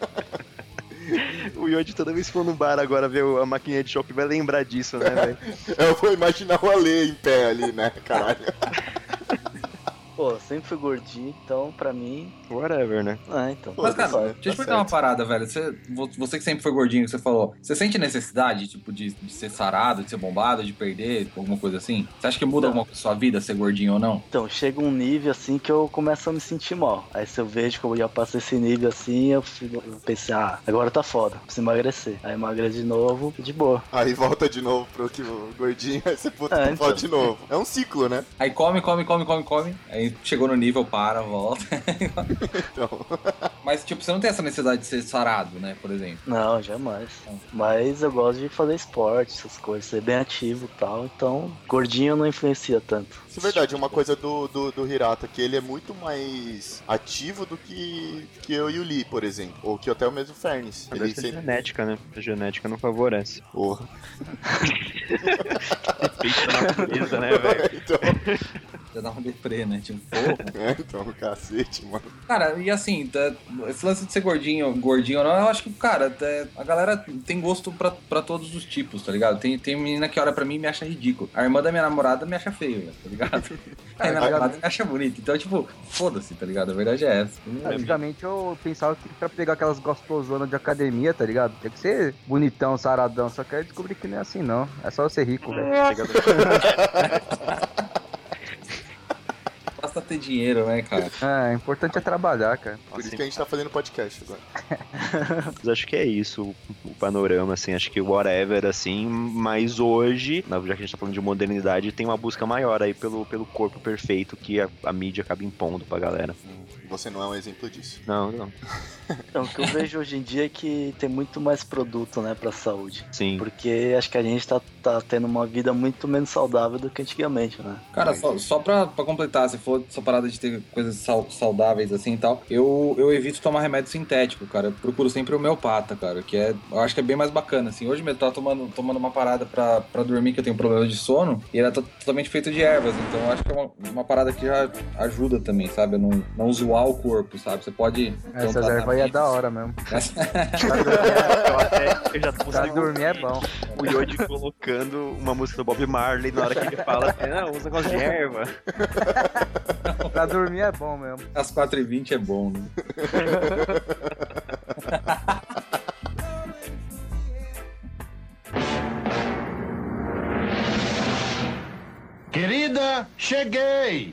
O Yodi, toda vez que for no bar agora ver a maquininha de chopp, vai lembrar disso, né, velho? Eu vou imaginar o Ale em pé ali, né, caralho. Pô, sempre fui gordinho, então pra mim... Whatever, né? Então. Mas, cara, deixa eu te perguntar uma parada, velho. Você que sempre foi gordinho, que você falou, você sente necessidade, tipo, de ser sarado, de ser bombado, de perder, alguma coisa assim? Você acha que muda alguma coisa na sua vida, ser gordinho ou não? Então, chega um nível assim que eu começo a me sentir mal. Aí se eu vejo que eu já passei esse nível assim, eu pensei, agora tá foda, preciso emagrecer. Aí emagrece de novo, de boa. Aí volta de novo pro que o gordinho, aí você puta então. volta de novo. É um ciclo, né? Aí come. Aí chegou no nível, para, volta. Então. Mas, tipo, você não tem essa necessidade de ser sarado, né, por exemplo? Não, jamais. Mas eu gosto de fazer esporte, essas coisas, ser bem ativo e tal. Então, gordinho não influencia tanto. Isso é verdade, uma coisa do Hirata, que ele é muito mais ativo do que eu e o Lee, por exemplo. Ou que até o mesmo Fernes. Ele sempre... genética, né? A genética não favorece. Porra. Efeito da natureza, né, velho? Então... Já dá uma deprê, né? Tipo, porra. Então, cacete, mano. Cara, e assim, esse lance de ser gordinho ou não, eu acho que, cara, a galera tem gosto pra todos os tipos, tá ligado? Tem menina que olha pra mim e me acha ridículo. A irmã da minha namorada me acha feio, velho, tá ligado? Aí minha namorada me acha bonito. Então, tipo, foda-se, tá ligado? A verdade é essa. Antigamente eu pensava que pra pegar aquelas gostosonas de academia, tá ligado? Tem que ser bonitão, saradão. Só que aí eu descobri que não é assim, não. É só ser rico, velho. Basta ter dinheiro, né, cara? O importante é trabalhar, cara. Por isso que a gente tá fazendo podcast agora. Mas acho que é isso, o panorama, assim, acho que whatever, assim, mas hoje, já que a gente tá falando de modernidade, tem uma busca maior aí pelo corpo perfeito que a mídia acaba impondo pra galera. Você não é um exemplo disso. Não. Então, o que eu vejo hoje em dia é que tem muito mais produto, né, pra saúde. Sim. Porque acho que a gente tá tendo uma vida muito menos saudável do que antigamente, né? Cara, só pra completar, você falou dessa parada de ter coisas saudáveis assim e tal. Eu evito tomar remédio sintético, cara. Eu procuro sempre homeopata, cara, que eu acho que é bem mais bacana, assim. Hoje mesmo eu tava tomando uma parada pra dormir, que eu tenho problema de sono, e ela tá totalmente feita de ervas, então eu acho que é uma parada que já ajuda também, sabe? A não zoar o corpo, sabe? Você pode... Essas ervas aí é da hora mesmo. Eu já tô Pra dormir é bom. o Yoji colocando uma música do Bob Marley na hora que ele fala assim, não, usa negócio de erva. Pra dormir é bom mesmo. Às 4h20 é bom, né? Querida, cheguei!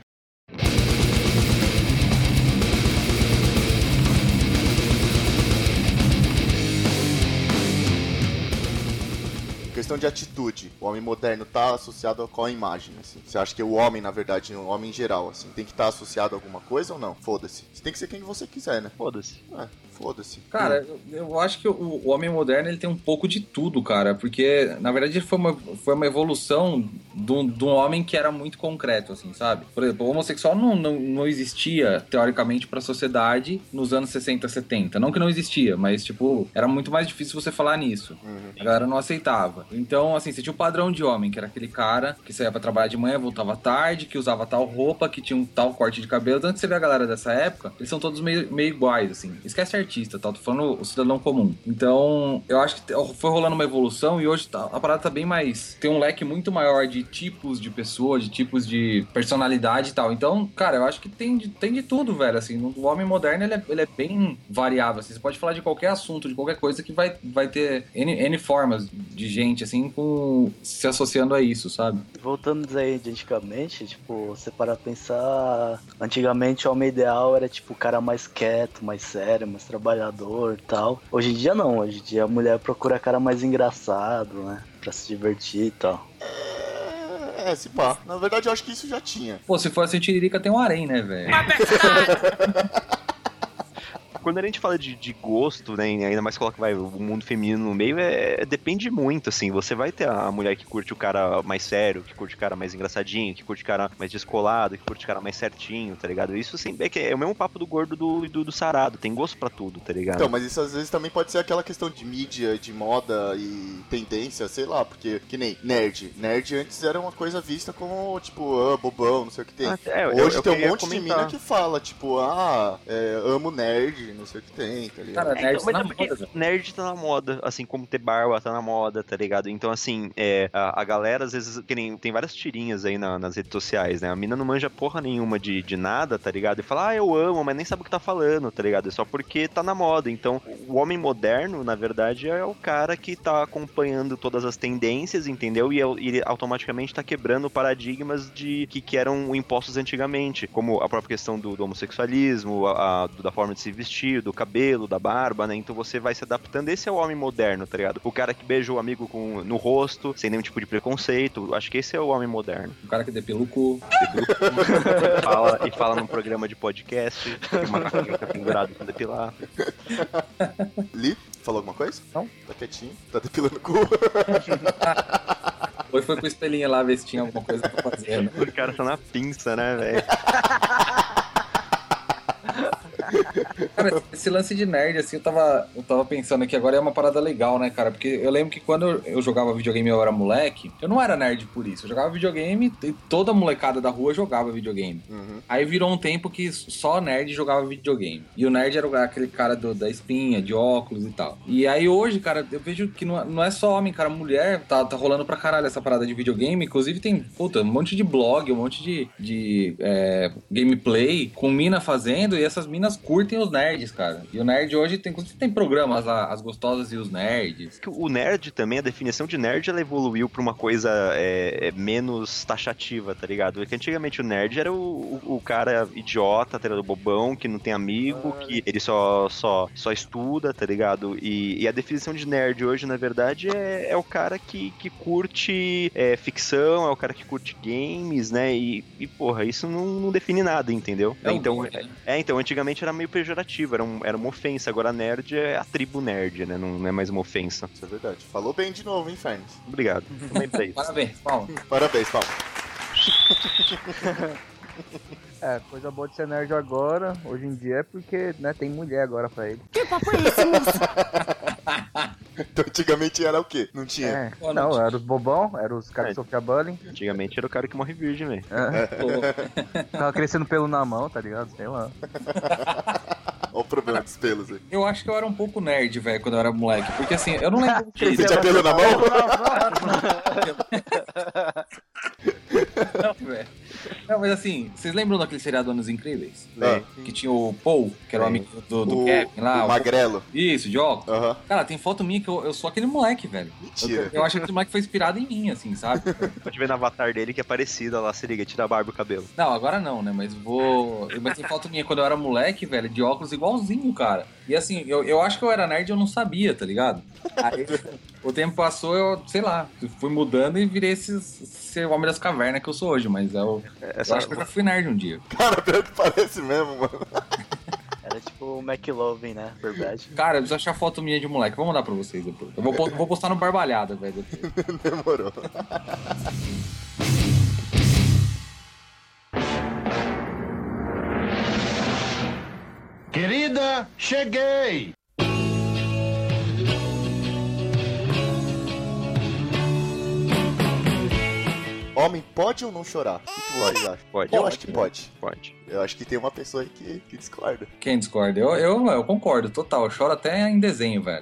Questão de atitude. O homem moderno tá associado a qual imagem, assim? Você acha que o homem, na verdade, o homem em geral, assim, tem que estar associado a alguma coisa ou não? Foda-se. Você tem que ser quem você quiser, né? Foda-se. Foda-se. Cara, eu acho que o homem moderno ele tem um pouco de tudo, cara, porque na verdade foi uma evolução de um homem que era muito concreto, assim, sabe? Por exemplo, o homossexual não existia, teoricamente, pra sociedade nos anos 60, 70. Não que não existia, mas, tipo, era muito mais difícil você falar nisso. A galera não aceitava. Então, assim, você tinha o padrão de homem, que era aquele cara que saía pra trabalhar de manhã, voltava tarde, que usava tal roupa, que tinha um tal corte de cabelo. Tanto que você vê a galera dessa época, eles são todos meio iguais, assim. Esquece artista, tal, tô falando o cidadão comum. Então, eu acho que foi rolando uma evolução e hoje a parada tá bem mais... Tem um leque muito maior de tipos de pessoas, de tipos de personalidade e tal. Então, cara, eu acho que tem de tudo, velho, assim. O homem moderno, ele é bem variável, assim. Você pode falar de qualquer assunto, de qualquer coisa que vai ter N formas de gente, assim, se associando a isso, sabe? Voltando aí de antigamente, tipo, você para pensar, antigamente o homem ideal era tipo o cara mais quieto, mais sério, mais trabalhador e tal. Hoje em dia não, hoje em dia a mulher procura cara mais engraçado, né? Pra se divertir e tal. Se pá. Na verdade eu acho que isso já tinha. Pô, se for assim, Tiririca tem um harém, né, velho? Quando a gente fala de gosto, né, ainda mais coloca o mundo feminino no meio, depende muito, assim, você vai ter a mulher que curte o cara mais sério, que curte o cara mais engraçadinho, que curte o cara mais descolado, que curte o cara mais certinho, tá ligado? Isso sempre é o mesmo papo do gordo do sarado, tem gosto pra tudo, tá ligado? Então, mas isso às vezes também pode ser aquela questão de mídia, de moda e tendência, sei lá, porque que nem nerd. Nerd antes era uma coisa vista como, tipo, bobão, não sei o que tem. Hoje tem um monte de mina que fala, tipo, amo nerd, não sei o que tem, tá ligado? Cara, nerd tá na moda. moda. Nerd tá na moda, assim como ter barba tá na moda, tá ligado? Então, assim, a galera, às vezes, que nem, tem várias tirinhas aí nas redes sociais, né? A mina não manja porra nenhuma de nada, tá ligado? E fala, eu amo, mas nem sabe o que tá falando, tá ligado? É só porque tá na moda. Então, o homem moderno, na verdade, é o cara que tá acompanhando todas as tendências, entendeu? E ele automaticamente tá quebrando paradigmas que eram impostos antigamente, como a própria questão do homossexualismo, da forma de se vestir, do cabelo, da barba, né? Então você vai se adaptando. Esse é o homem moderno, tá ligado? O cara que beija o amigo no rosto, sem nenhum tipo de preconceito. Acho que esse é o homem moderno. O cara que depila o cu. fala num programa de podcast, tem uma macaquinha pendurada pra depilar. Li, falou alguma coisa? Não. Tá quietinho, tá depilando o cu. Hoje foi com o espelhinho lá ver se tinha alguma coisa pra fazer, né? O cara tá na pinça, né, velho? Cara, esse lance de nerd, assim, eu tava pensando aqui agora, é uma parada legal, né, cara? Porque eu lembro que quando eu jogava videogame e eu era moleque, eu não era nerd por isso. Eu jogava videogame e toda molecada da rua jogava videogame. Uhum. Aí virou um tempo que só nerd jogava videogame. E o nerd era aquele cara da espinha, de óculos e tal. E aí hoje, cara, eu vejo que não é só homem, cara. Mulher tá rolando pra caralho essa parada de videogame. Inclusive tem, um monte de blog, um monte de gameplay com mina fazendo, e essas minas curtem os nerds, cara. E o nerd hoje tem programas lá, as gostosas e os nerds. O nerd também, a definição de nerd, ela evoluiu pra uma coisa menos taxativa, tá ligado? Porque antigamente o nerd era o cara idiota, tá ligado? O bobão, que não tem amigo, que ele só estuda, tá ligado? E a definição de nerd hoje, na verdade, é o cara que curte ficção, é o cara que curte games, né? E porra, isso não define nada, entendeu? Então, antigamente era meio pejorativo, era uma ofensa. Agora nerd é a tribo nerd, né? Não é mais uma ofensa. Isso é verdade. Falou bem de novo, hein, Fernes? Obrigado. Também pra isso. Parabéns, Paulo. Parabéns, Paulo. Coisa boa de ser nerd agora, hoje em dia, é porque, né, tem mulher agora pra ele. Que papo é esse, moço? Então antigamente era o quê? Não tinha. Não, era os bobão, era os caras que sofriam bullying. Antigamente era o cara que morre virgem, velho. Tava crescendo pelo na mão, tá ligado? Sei lá. Olha o problema dos pelos aí. Eu acho que eu era um pouco nerd, velho, quando eu era moleque. Porque assim, eu não lembro. Você tinha pelo na mão? Não, velho. Não, mas assim, vocês lembram daquele seriado Anos Incríveis? Sim. Que tinha o Paul, que era o amigo do Kevin lá. O magrelo. Isso, de óculos. Uhum. Cara, tem foto minha que eu sou aquele moleque, velho. Mentira. Eu acho que aquele moleque foi inspirado em mim, assim, sabe? Pode ver no avatar dele que é parecido, lá, se liga, tira a barba e o cabelo. Não, agora não, né? Mas tem foto minha quando eu era moleque, velho, de óculos igualzinho, cara. E assim, eu acho que eu era nerd e eu não sabia, tá ligado? Aí o tempo passou, eu, sei lá, fui mudando e virei esse homem das cavernas que eu sou hoje, mas eu acho que eu já fui nerd um dia. Cara, pior que parece mesmo, mano. Era tipo o McLovin, né? Verdade. Cara, eu preciso achar foto minha de moleque. Vou mandar pra vocês depois. Eu vou postar no Barbalhada, velho. Demorou. Querida, cheguei! Homem pode ou não chorar? O que vocês acham? Pode. Eu acho que pode. Pode. Eu acho que tem uma pessoa aí que discorda. Quem discorda? Eu concordo, total. Eu choro até em desenho, velho.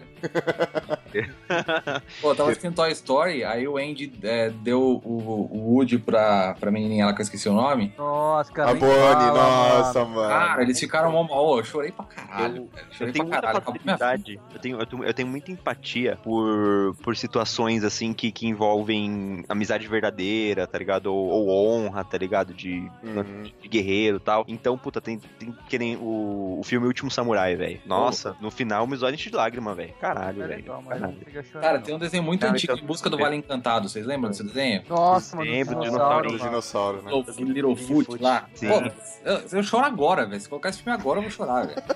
Pô, eu tava assistindo Toy Story, aí o Andy deu o Woody pra menininha lá que eu esqueci o nome. Nossa, cara. A Bonnie, nossa, mano. Cara, eles ficaram mal. Eu chorei pra caralho, velho. Eu tenho muita facilidade, eu tenho muita empatia por situações assim que envolvem amizade verdadeira, tá ligado? Ou honra, tá ligado? De guerreiro e tal. Então, puta, tem que nem o filme Último Samurai, velho. Nossa, no final, meus olhos de lágrima, velho. Caralho, velho. Cara, tem um desenho muito antigo, Em Busca do Vale Encantado. Vocês lembram desse desenho? Nossa, mano. Lembro, Do dinossauro, né? O Littlefoot lá. Sim. Pô, eu choro agora, velho. Se colocar esse filme agora, eu vou chorar, velho.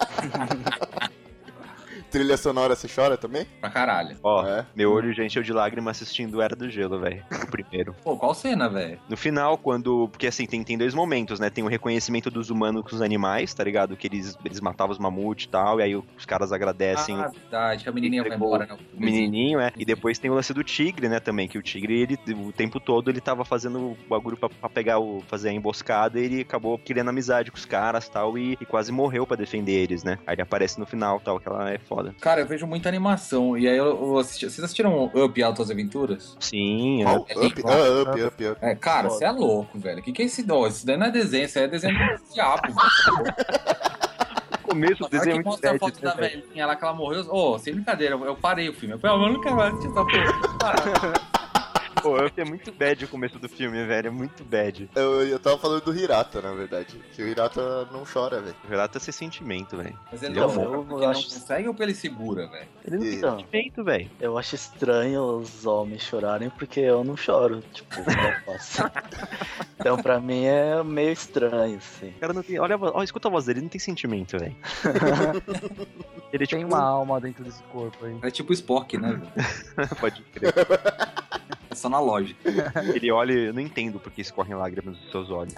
Trilha sonora, você chora também? Pra caralho. Ó, É? meu olho já encheu de lágrima assistindo Era do Gelo, velho. O primeiro. Pô, qual cena, velho? No final, porque assim, tem dois momentos, né? Tem o reconhecimento dos humanos com os animais, tá ligado? Que eles matavam os mamutes e tal, e aí os caras agradecem Verdade, que a menininha vai embora, né? o menininho, E depois tem o lance do tigre, né, também, que o tigre, ele, o tempo todo, ele tava fazendo o bagulho pra pegar fazer a emboscada, e ele acabou criando amizade com os caras e tal, e quase morreu pra defender eles, né? Aí ele aparece no final, tal, que ela é foda. Cara, eu vejo muita animação. E aí eu assisti. Vocês assistiram Up Altas Aventuras? Sim, Up. É, cara, você é louco, velho. Que é esse dó? Isso daí não é desenho, isso aí é desenho do diabo, velho. começo do desenho que mostra a foto da velhinha lá que ela morreu. Ô, sem brincadeira, eu parei o filme. Eu falei, eu não quero mais assistir essa porra. Pô, é muito bad o começo do filme, velho. É muito bad. Eu tava falando do Hirata, na verdade. Que o Hirata não chora, velho. O Hirata é sem sentimento, velho. Mas ele Não, não, eu porque não acho- consegue ou porque ele segura, velho? Ele não tem Então. sentimento, velho. Eu acho estranho os homens chorarem porque eu não choro. Tipo, eu faço. Então pra mim é meio estranho, assim. O cara não tem. Olha, escuta a voz dele, ele não tem sentimento, velho. Ele é Tem tipo. uma alma dentro desse corpo aí. É tipo o Spock, né? Pode crer. É só na lógica. Ele olha, eu não entendo porque escorrem lágrimas dos seus olhos.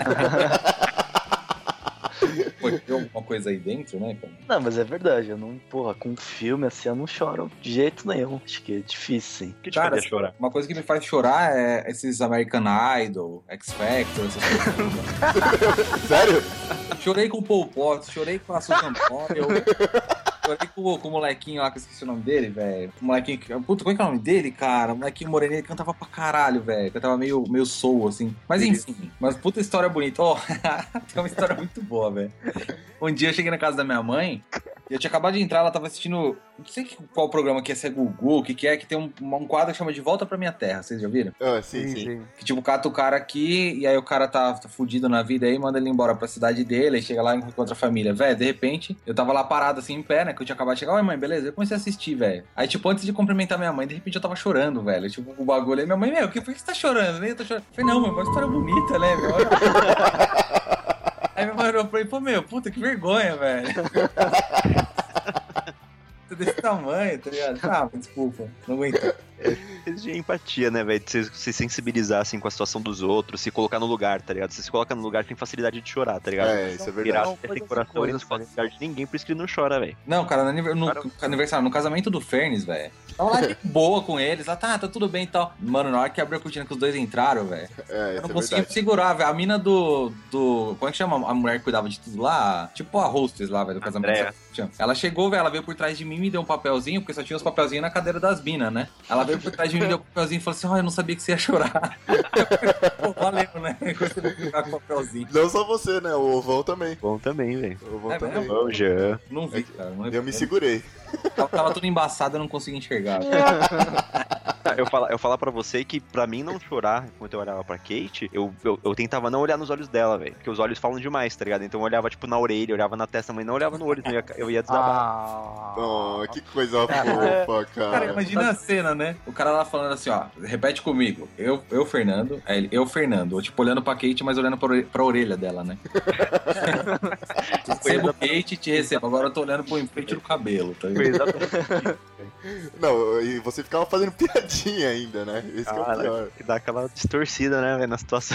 Pô, tem alguma coisa aí dentro, né, cara? Não, mas é verdade, eu não, porra, com um filme assim eu não choro de jeito nenhum. Acho que é difícil, sim. O que te Cara, faria chorar? uma coisa que me faz chorar é esses American Idol, X Factor, essas coisas. Sério? Chorei com o Paul Potts, chorei com a Susan Boyle, chorei com o molequinho lá, que eu esqueci o nome dele, velho. O molequinho que... Puta, qual é que é o nome dele, cara? O molequinho moreninho, ele cantava pra caralho, velho. Cantava meio soul, assim. Mas enfim, mas puta história bonita. Ó, tem uma história muito boa, velho. Um dia eu cheguei na casa da minha mãe, e eu tinha acabado de entrar, ela tava assistindo... Não sei qual programa que é, se é Gugu, o que é, que tem um quadro que chama De Volta Pra Minha Terra, vocês já viram? Ah, sim. Que tipo, cata o cara aqui, e aí o cara tá fudido na vida aí, manda ele embora pra cidade dele, aí chega lá e encontra a família. Velho, de repente, eu tava lá parado assim, em pé, né, que eu tinha acabado de chegar. Oi, mãe, beleza? Eu comecei a assistir, velho. Aí, tipo, antes de cumprimentar minha mãe, de repente eu tava chorando, velho. Tipo, o bagulho aí, minha mãe, por que você tá chorando? Nem eu tô chorando. Eu falei, não, mãe, uma história bonita, né, meu? Aí minha mãe olhou pra mim, pô, puta, que vergonha, velho. Desse tamanho, tá ligado? Ah, desculpa, não aguento. coisa de empatia, né, velho? De se sensibilizar, assim, com a situação dos outros, se colocar no lugar, tá ligado? Você se coloca no lugar, tem facilidade de chorar, tá ligado? Isso é verdade. Tem coração, ele não se coloca no lugar de ninguém, por isso que ele não chora, velho. Não, cara, aniversário, no casamento do Fernes, velho. Tava lá de boa com eles, lá, tá tudo bem e tal. Mano, na hora que abriu a cortina que os dois entraram, velho, eu não consegui segurar, velho. A mina do... Como é que chama a mulher que cuidava de tudo lá? Tipo a hostess lá, velho, do casamento. Ela chegou, velho, ela veio por trás de mim e me deu um papelzinho, porque só tinha os papelzinhos na cadeira das minas, né? Ela veio por trás de mim, me deu um papelzinho e falou assim, eu não sabia que você ia chorar. Pô, valeu, né? Você ficar com o papelzinho. Não só você, né? O Ovão também. Bom também, velho. O Ovão também. O Jean. Não vi, cara. Eu me segurei. Tava tudo embaçado, eu não conseguia enxergar. Eu falar pra você que pra mim não chorar enquanto eu olhava pra Kate, eu tentava não olhar nos olhos dela, velho. Porque os olhos falam demais, tá ligado? Então eu olhava tipo na orelha, olhava na testa, mas não olhava no olho, eu ia desabar. Oh, que coisa fofa, cara. Cara, imagina a cena, né? O cara lá falando assim, ó, repete comigo. Eu Fernando. Aí ele, eu, Fernando. Eu, tipo, olhando pra Kate, mas olhando pra orelha dela, né? Recebo Kate e te recebo. Agora eu tô olhando pro enfeite do cabelo, tá ligado? Não, e você ficava fazendo piadinha ainda, né? Esse que é o pior. Que dá aquela distorcida, né, velho, na situação.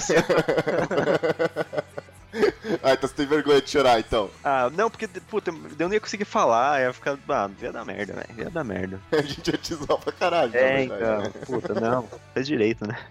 Então você tem vergonha de chorar, então. Não, porque, puta, eu não ia conseguir falar, ia ficar, ia dar merda, velho, ia dar merda. A gente ia te zoar pra caralho. Então, puta, não, faz direito, né?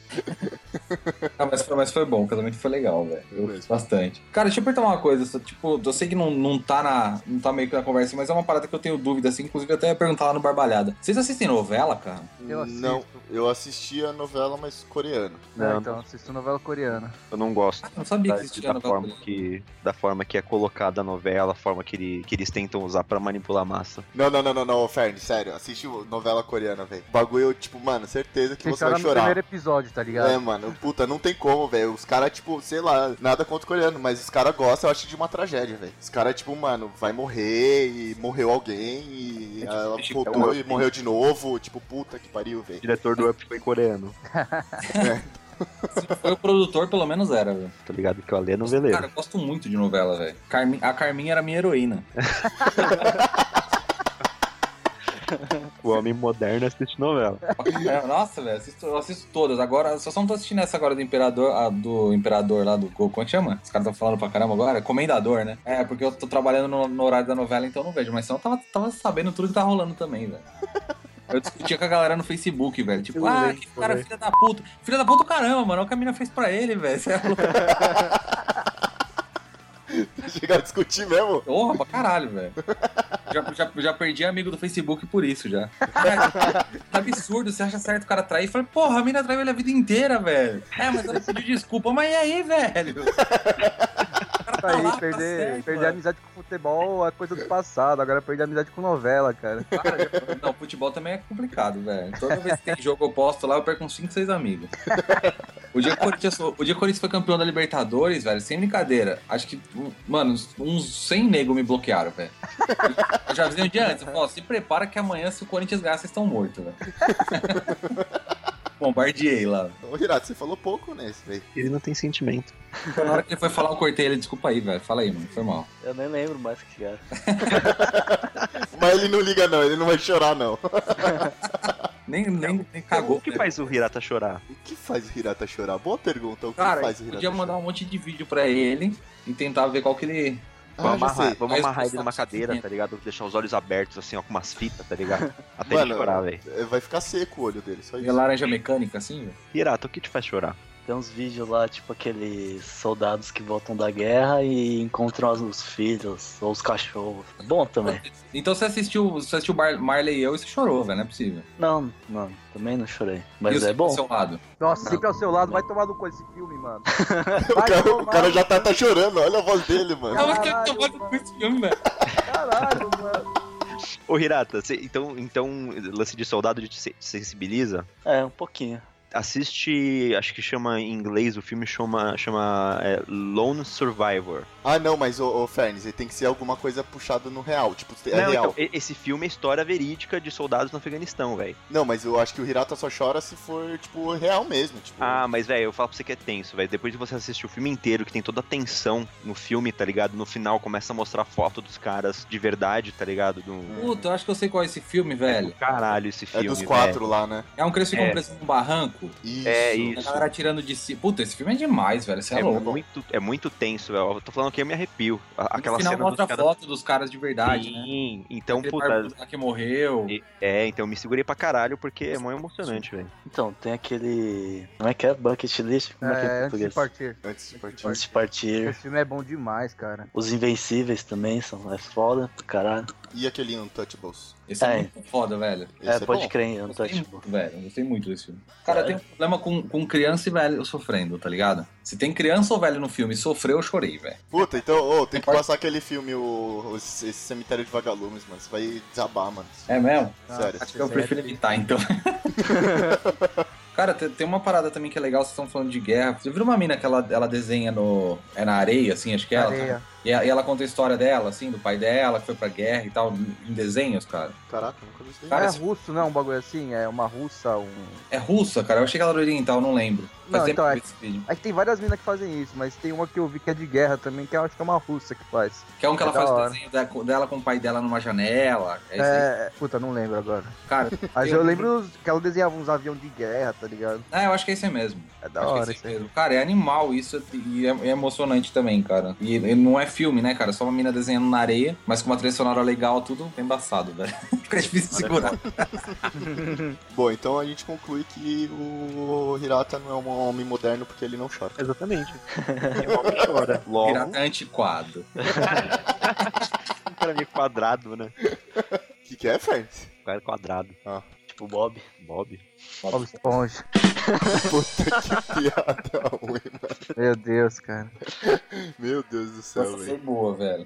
Mas foi bom, o casamento foi legal, velho. Eu fiz bastante. Cara, deixa eu perguntar uma coisa, tipo, eu sei que não tá meio que na conversa, mas é uma parada que eu tenho dúvida, assim, inclusive eu até ia perguntar lá no Barbalhada. Vocês assistem novela, cara? Não, eu assistia novela, mas coreano. Não, então eu assisto novela coreana. Eu não gosto. Não sabia que existia da forma que é colocada a novela, a forma que eles tentam usar pra manipular a massa. Não, Fern, sério, assiste novela coreana, velho. Bagulho, tipo, mano, certeza que você vai chorar. No primeiro episódio, tá ligado? Mano, puta, não tem como, velho. Os caras, tipo, sei lá, nada contra o coreano, mas os caras gostam, eu acho, de uma tragédia, velho. Os caras, tipo, mano, vai morrer e morreu alguém e ela voltou e morreu de novo. Tipo, puta que pariu, velho. O diretor do Up foi coreano. Se foi o produtor, pelo menos era, velho. Tô ligado que o Alê é noveleiro. Cara, eu gosto muito de novela, velho. A Carminha era minha heroína. O homem moderno assiste novela. Nossa, velho, eu assisto todas. Agora, só não tô assistindo essa agora do Imperador lá do... Como é que chama? Os caras estão falando pra caramba agora? Comendador, né? Porque eu tô trabalhando no horário da novela, então eu não vejo. Mas senão eu tava sabendo tudo que tá rolando também, velho. Eu discutia com a galera no Facebook, velho. Tipo, que cara, filha da puta. Filha da puta, caramba, mano. O que a mina fez pra ele, velho. Você é louco. Chegaram a discutir mesmo? Porra, pra caralho, velho. Já perdi amigo do Facebook por isso, já. Cara, tá absurdo, você acha certo o cara trair? Eu falei, porra, a mina traiu ele a vida inteira, velho. Mas ela pediu desculpa, mas e aí, velho? Perder amizade com futebol é coisa do passado, agora perder amizade com novela, cara. Não, futebol também é complicado, velho. Toda vez que tem jogo eu posto lá, eu perco uns 5, 6 amigos. O dia que o Corinthians foi campeão da Libertadores, velho, sem brincadeira, acho que, mano, uns 100 negros me bloquearam, velho. Eu já avisei um dia antes, eu falei, se prepara que amanhã, se o Corinthians ganhar, vocês estão mortos, velho. Bombardeei lá. Ô, Hirato, você falou pouco nesse, velho. Ele não tem sentimento. Na hora que ele foi falar, eu cortei ele. Desculpa aí, velho. Fala aí, mano. Foi mal. Eu nem lembro mais que era. Mas ele não liga, não. Ele não vai chorar, não. Nem cagou. O que faz o Hirata chorar? O que faz o Hirata chorar? Boa pergunta. O que Cara, faz o Hirata podia mandar um monte de vídeo pra ele e tentar ver qual que ele... Vamos amarrar ele numa cadeira, tá ligado? Deixar os olhos abertos, assim, ó, com umas fitas, tá ligado? Até ele chorar, velho. Vai ficar seco o olho dele, só isso. E a laranja mecânica, assim, velho? Hirata, o que te faz chorar? Tem uns vídeos lá, tipo aqueles soldados que voltam da guerra e encontram os filhos ou os cachorros. É bom também. Então você assistiu Marley e eu e você chorou, velho, não é possível. Não, também não chorei. Mas é bom. Ao seu lado? Nossa, sempre ao seu lado, vai tomar no cu esse filme, mano. O cara já tá chorando, olha a voz dele, mano. Eu quero tomar no cu esse filme, velho. Caralho, mano. Ô, Hirata, então lance de soldado te sensibiliza? Um pouquinho. assiste, acho que chama em inglês, o filme chama Lone Survivor. Ah, não, mas o Fernes, ele tem que ser alguma coisa puxada no real, tipo, real. Então, esse filme é história verídica de soldados no Afeganistão, velho. Não, mas eu acho que o Hirata só chora se for, tipo, real mesmo, tipo... Ah, mas, velho, eu falo pra você que é tenso, velho. Depois de você assistir o filme inteiro, que tem toda a tensão no filme, tá ligado? No final começa a mostrar foto dos caras de verdade, tá ligado? Puta, eu acho que eu sei qual é esse filme, velho. Caralho, esse filme, é dos 4 velho. lá, né? É um que eles ficam presos num barranco. Isso. A galera tirando de si. Puta, esse filme é demais, velho. Você é louco. É muito tenso, velho. Eu tô falando que eu me arrepio. Aquela no final cena mostra a foto dos caras de verdade, Sim, né? Então, aquele puta... que morreu. Então eu me segurei pra caralho, porque é muito emocionante, velho. Então, tem aquele... Como é que é? Bucket List? Como é que é em português? Antes de partir. Esse filme é bom demais, cara. Os Invencíveis também é foda pro caralho. E aquele Untouchables? Esse é muito foda, velho. Pode crer, eu não tô velho, eu gostei muito desse filme. Cara, eu tenho um problema com criança e velho sofrendo, tá ligado? Se tem criança ou velho no filme e sofreu, eu chorei, velho. Puta, então, tem que passar aquele filme, esse Cemitério de Vagalumes, mano. Você vai desabar, mano. É mesmo? Sério. Acho que eu prefiro evitar, então. Cara, tem uma parada também que é legal, vocês estão falando de guerra. Você viu uma mina que ela desenha na areia, assim, acho que é ela. Areia. E ela conta a história dela, assim, do pai dela, que foi pra guerra e tal, em desenhos, cara. Caraca, nunca vi isso. Cara, é russo, não é um bagulho assim? É uma russa, É russa, cara? Eu achei que ela era oriental, não lembro. Não, então é que tem várias minas que fazem isso, mas tem uma que eu vi que é de guerra também, que eu acho que é uma russa que faz. Que é um que ela faz o desenho dela com o pai dela numa janela. Puta, não lembro agora. Cara, mas eu lembro que ela desenhava uns aviões de guerra, tá ligado? Eu acho que é esse mesmo. É da hora isso mesmo. Cara, é animal isso e é emocionante também, cara. E não é filme, né, cara? Só uma mina desenhando na areia, mas com uma trilha sonora legal, tudo é embaçado, velho. Fica difícil de segurar. Bom, então a gente conclui que o Hirata não é um homem moderno porque ele não chora. Exatamente. O homem chora. Logo... Hirata é antiquado. Um cara meio quadrado, né? O que é, Ferns? Um cara quadrado. Tipo Bob. Bob Esponja. Puta que piada ruim, mano. Meu Deus, cara. Meu Deus do céu, velho. Foi boa, velho.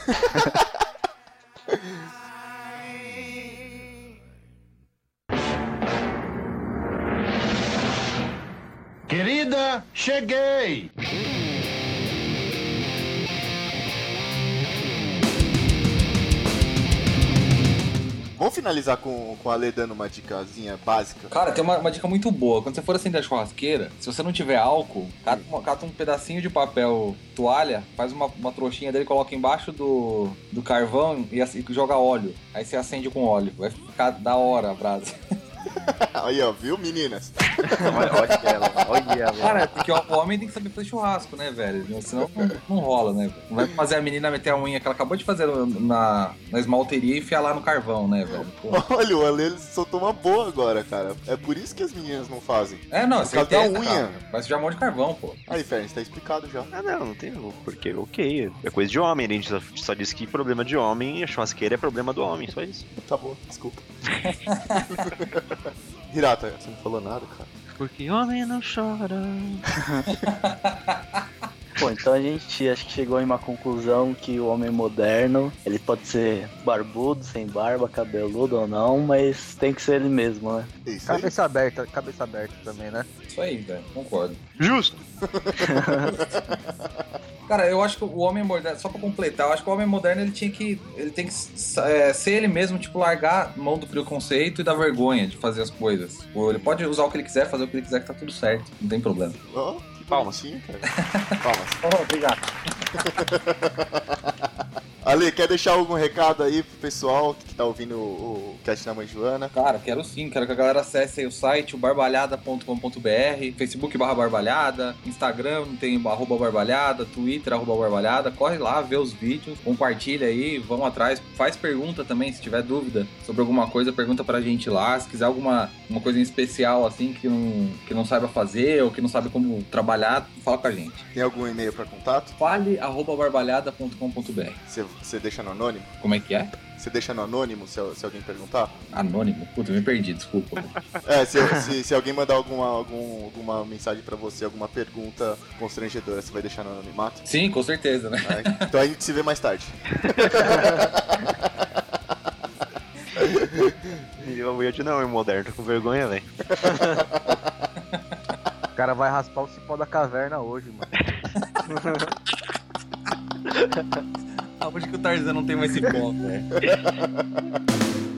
Querida, cheguei! Vamos finalizar com a Ale dando uma dicasinha básica? Cara, tem uma dica muito boa. Quando você for acender a churrasqueira, se você não tiver álcool, cata um pedacinho de papel toalha, faz uma trouxinha dele, coloca embaixo do carvão e joga óleo. Aí você acende com óleo. Vai ficar da hora a brasa. Aí, ó, viu, meninas? Olha ela. Cara, porque o homem tem que saber fazer churrasco, né, velho? Senão não rola, né? Não vai fazer a menina meter a unha que ela acabou de fazer na esmalteria e enfiar lá no carvão, né, velho? Pô. Olha, o Ale soltou uma boa agora, cara. É por isso que as meninas não fazem. Não, você tem a unha. Vai sujar um monte de carvão, pô. Aí, Ferns, tá explicado já. Não tem porque, ok. É coisa de homem, a gente só disse que problema de homem e a churrasqueira é problema do homem, só isso. Tá bom, desculpa. Hirata, você não falou nada, cara. Porque homem não chora. Pô, então a gente acho que chegou em uma conclusão que o homem moderno, ele pode ser barbudo, sem barba, cabeludo ou não, mas tem que ser ele mesmo, né? Isso cabeça aberta também, né? Isso aí, velho, concordo. Justo! Cara, eu acho que o homem moderno, só pra completar, eu acho que o homem moderno ele tem que ser ele mesmo, tipo, largar a mão do preconceito e da vergonha de fazer as coisas. Ele pode usar o que ele quiser, fazer o que ele quiser, que tá tudo certo, não tem problema. Palmas. Cara. Palmas. Obrigado. Ale, quer deixar algum recado aí pro pessoal que tá ouvindo o Cast da Mãe Joana? Cara, quero sim, quero que a galera acesse aí o site, o barbalhada.com.br, Facebook /barbalhada, Instagram tem @barbalhada, Twitter @barbalhada, corre lá, vê os vídeos, compartilha aí, vamos atrás, faz pergunta também, se tiver dúvida sobre alguma coisa, pergunta pra gente lá, se quiser uma coisa em especial assim que não saiba fazer ou que não sabe como trabalhar, fala com a gente. Tem algum e-mail pra contato? fale@barbalhada.com.br. Você deixa no anônimo? Como é que é? Você deixa no anônimo se alguém perguntar? Anônimo? Puta, eu me perdi, desculpa. Se alguém mandar alguma mensagem pra você, alguma pergunta constrangedora, você vai deixar no anonimato? Sim, com certeza, né? Então a gente se vê mais tarde. Eu não, é moderno, tô com vergonha, velho. cara vai raspar o cipó da caverna hoje, mano. Aonde que o Tarzan não tem mais cipó, velho?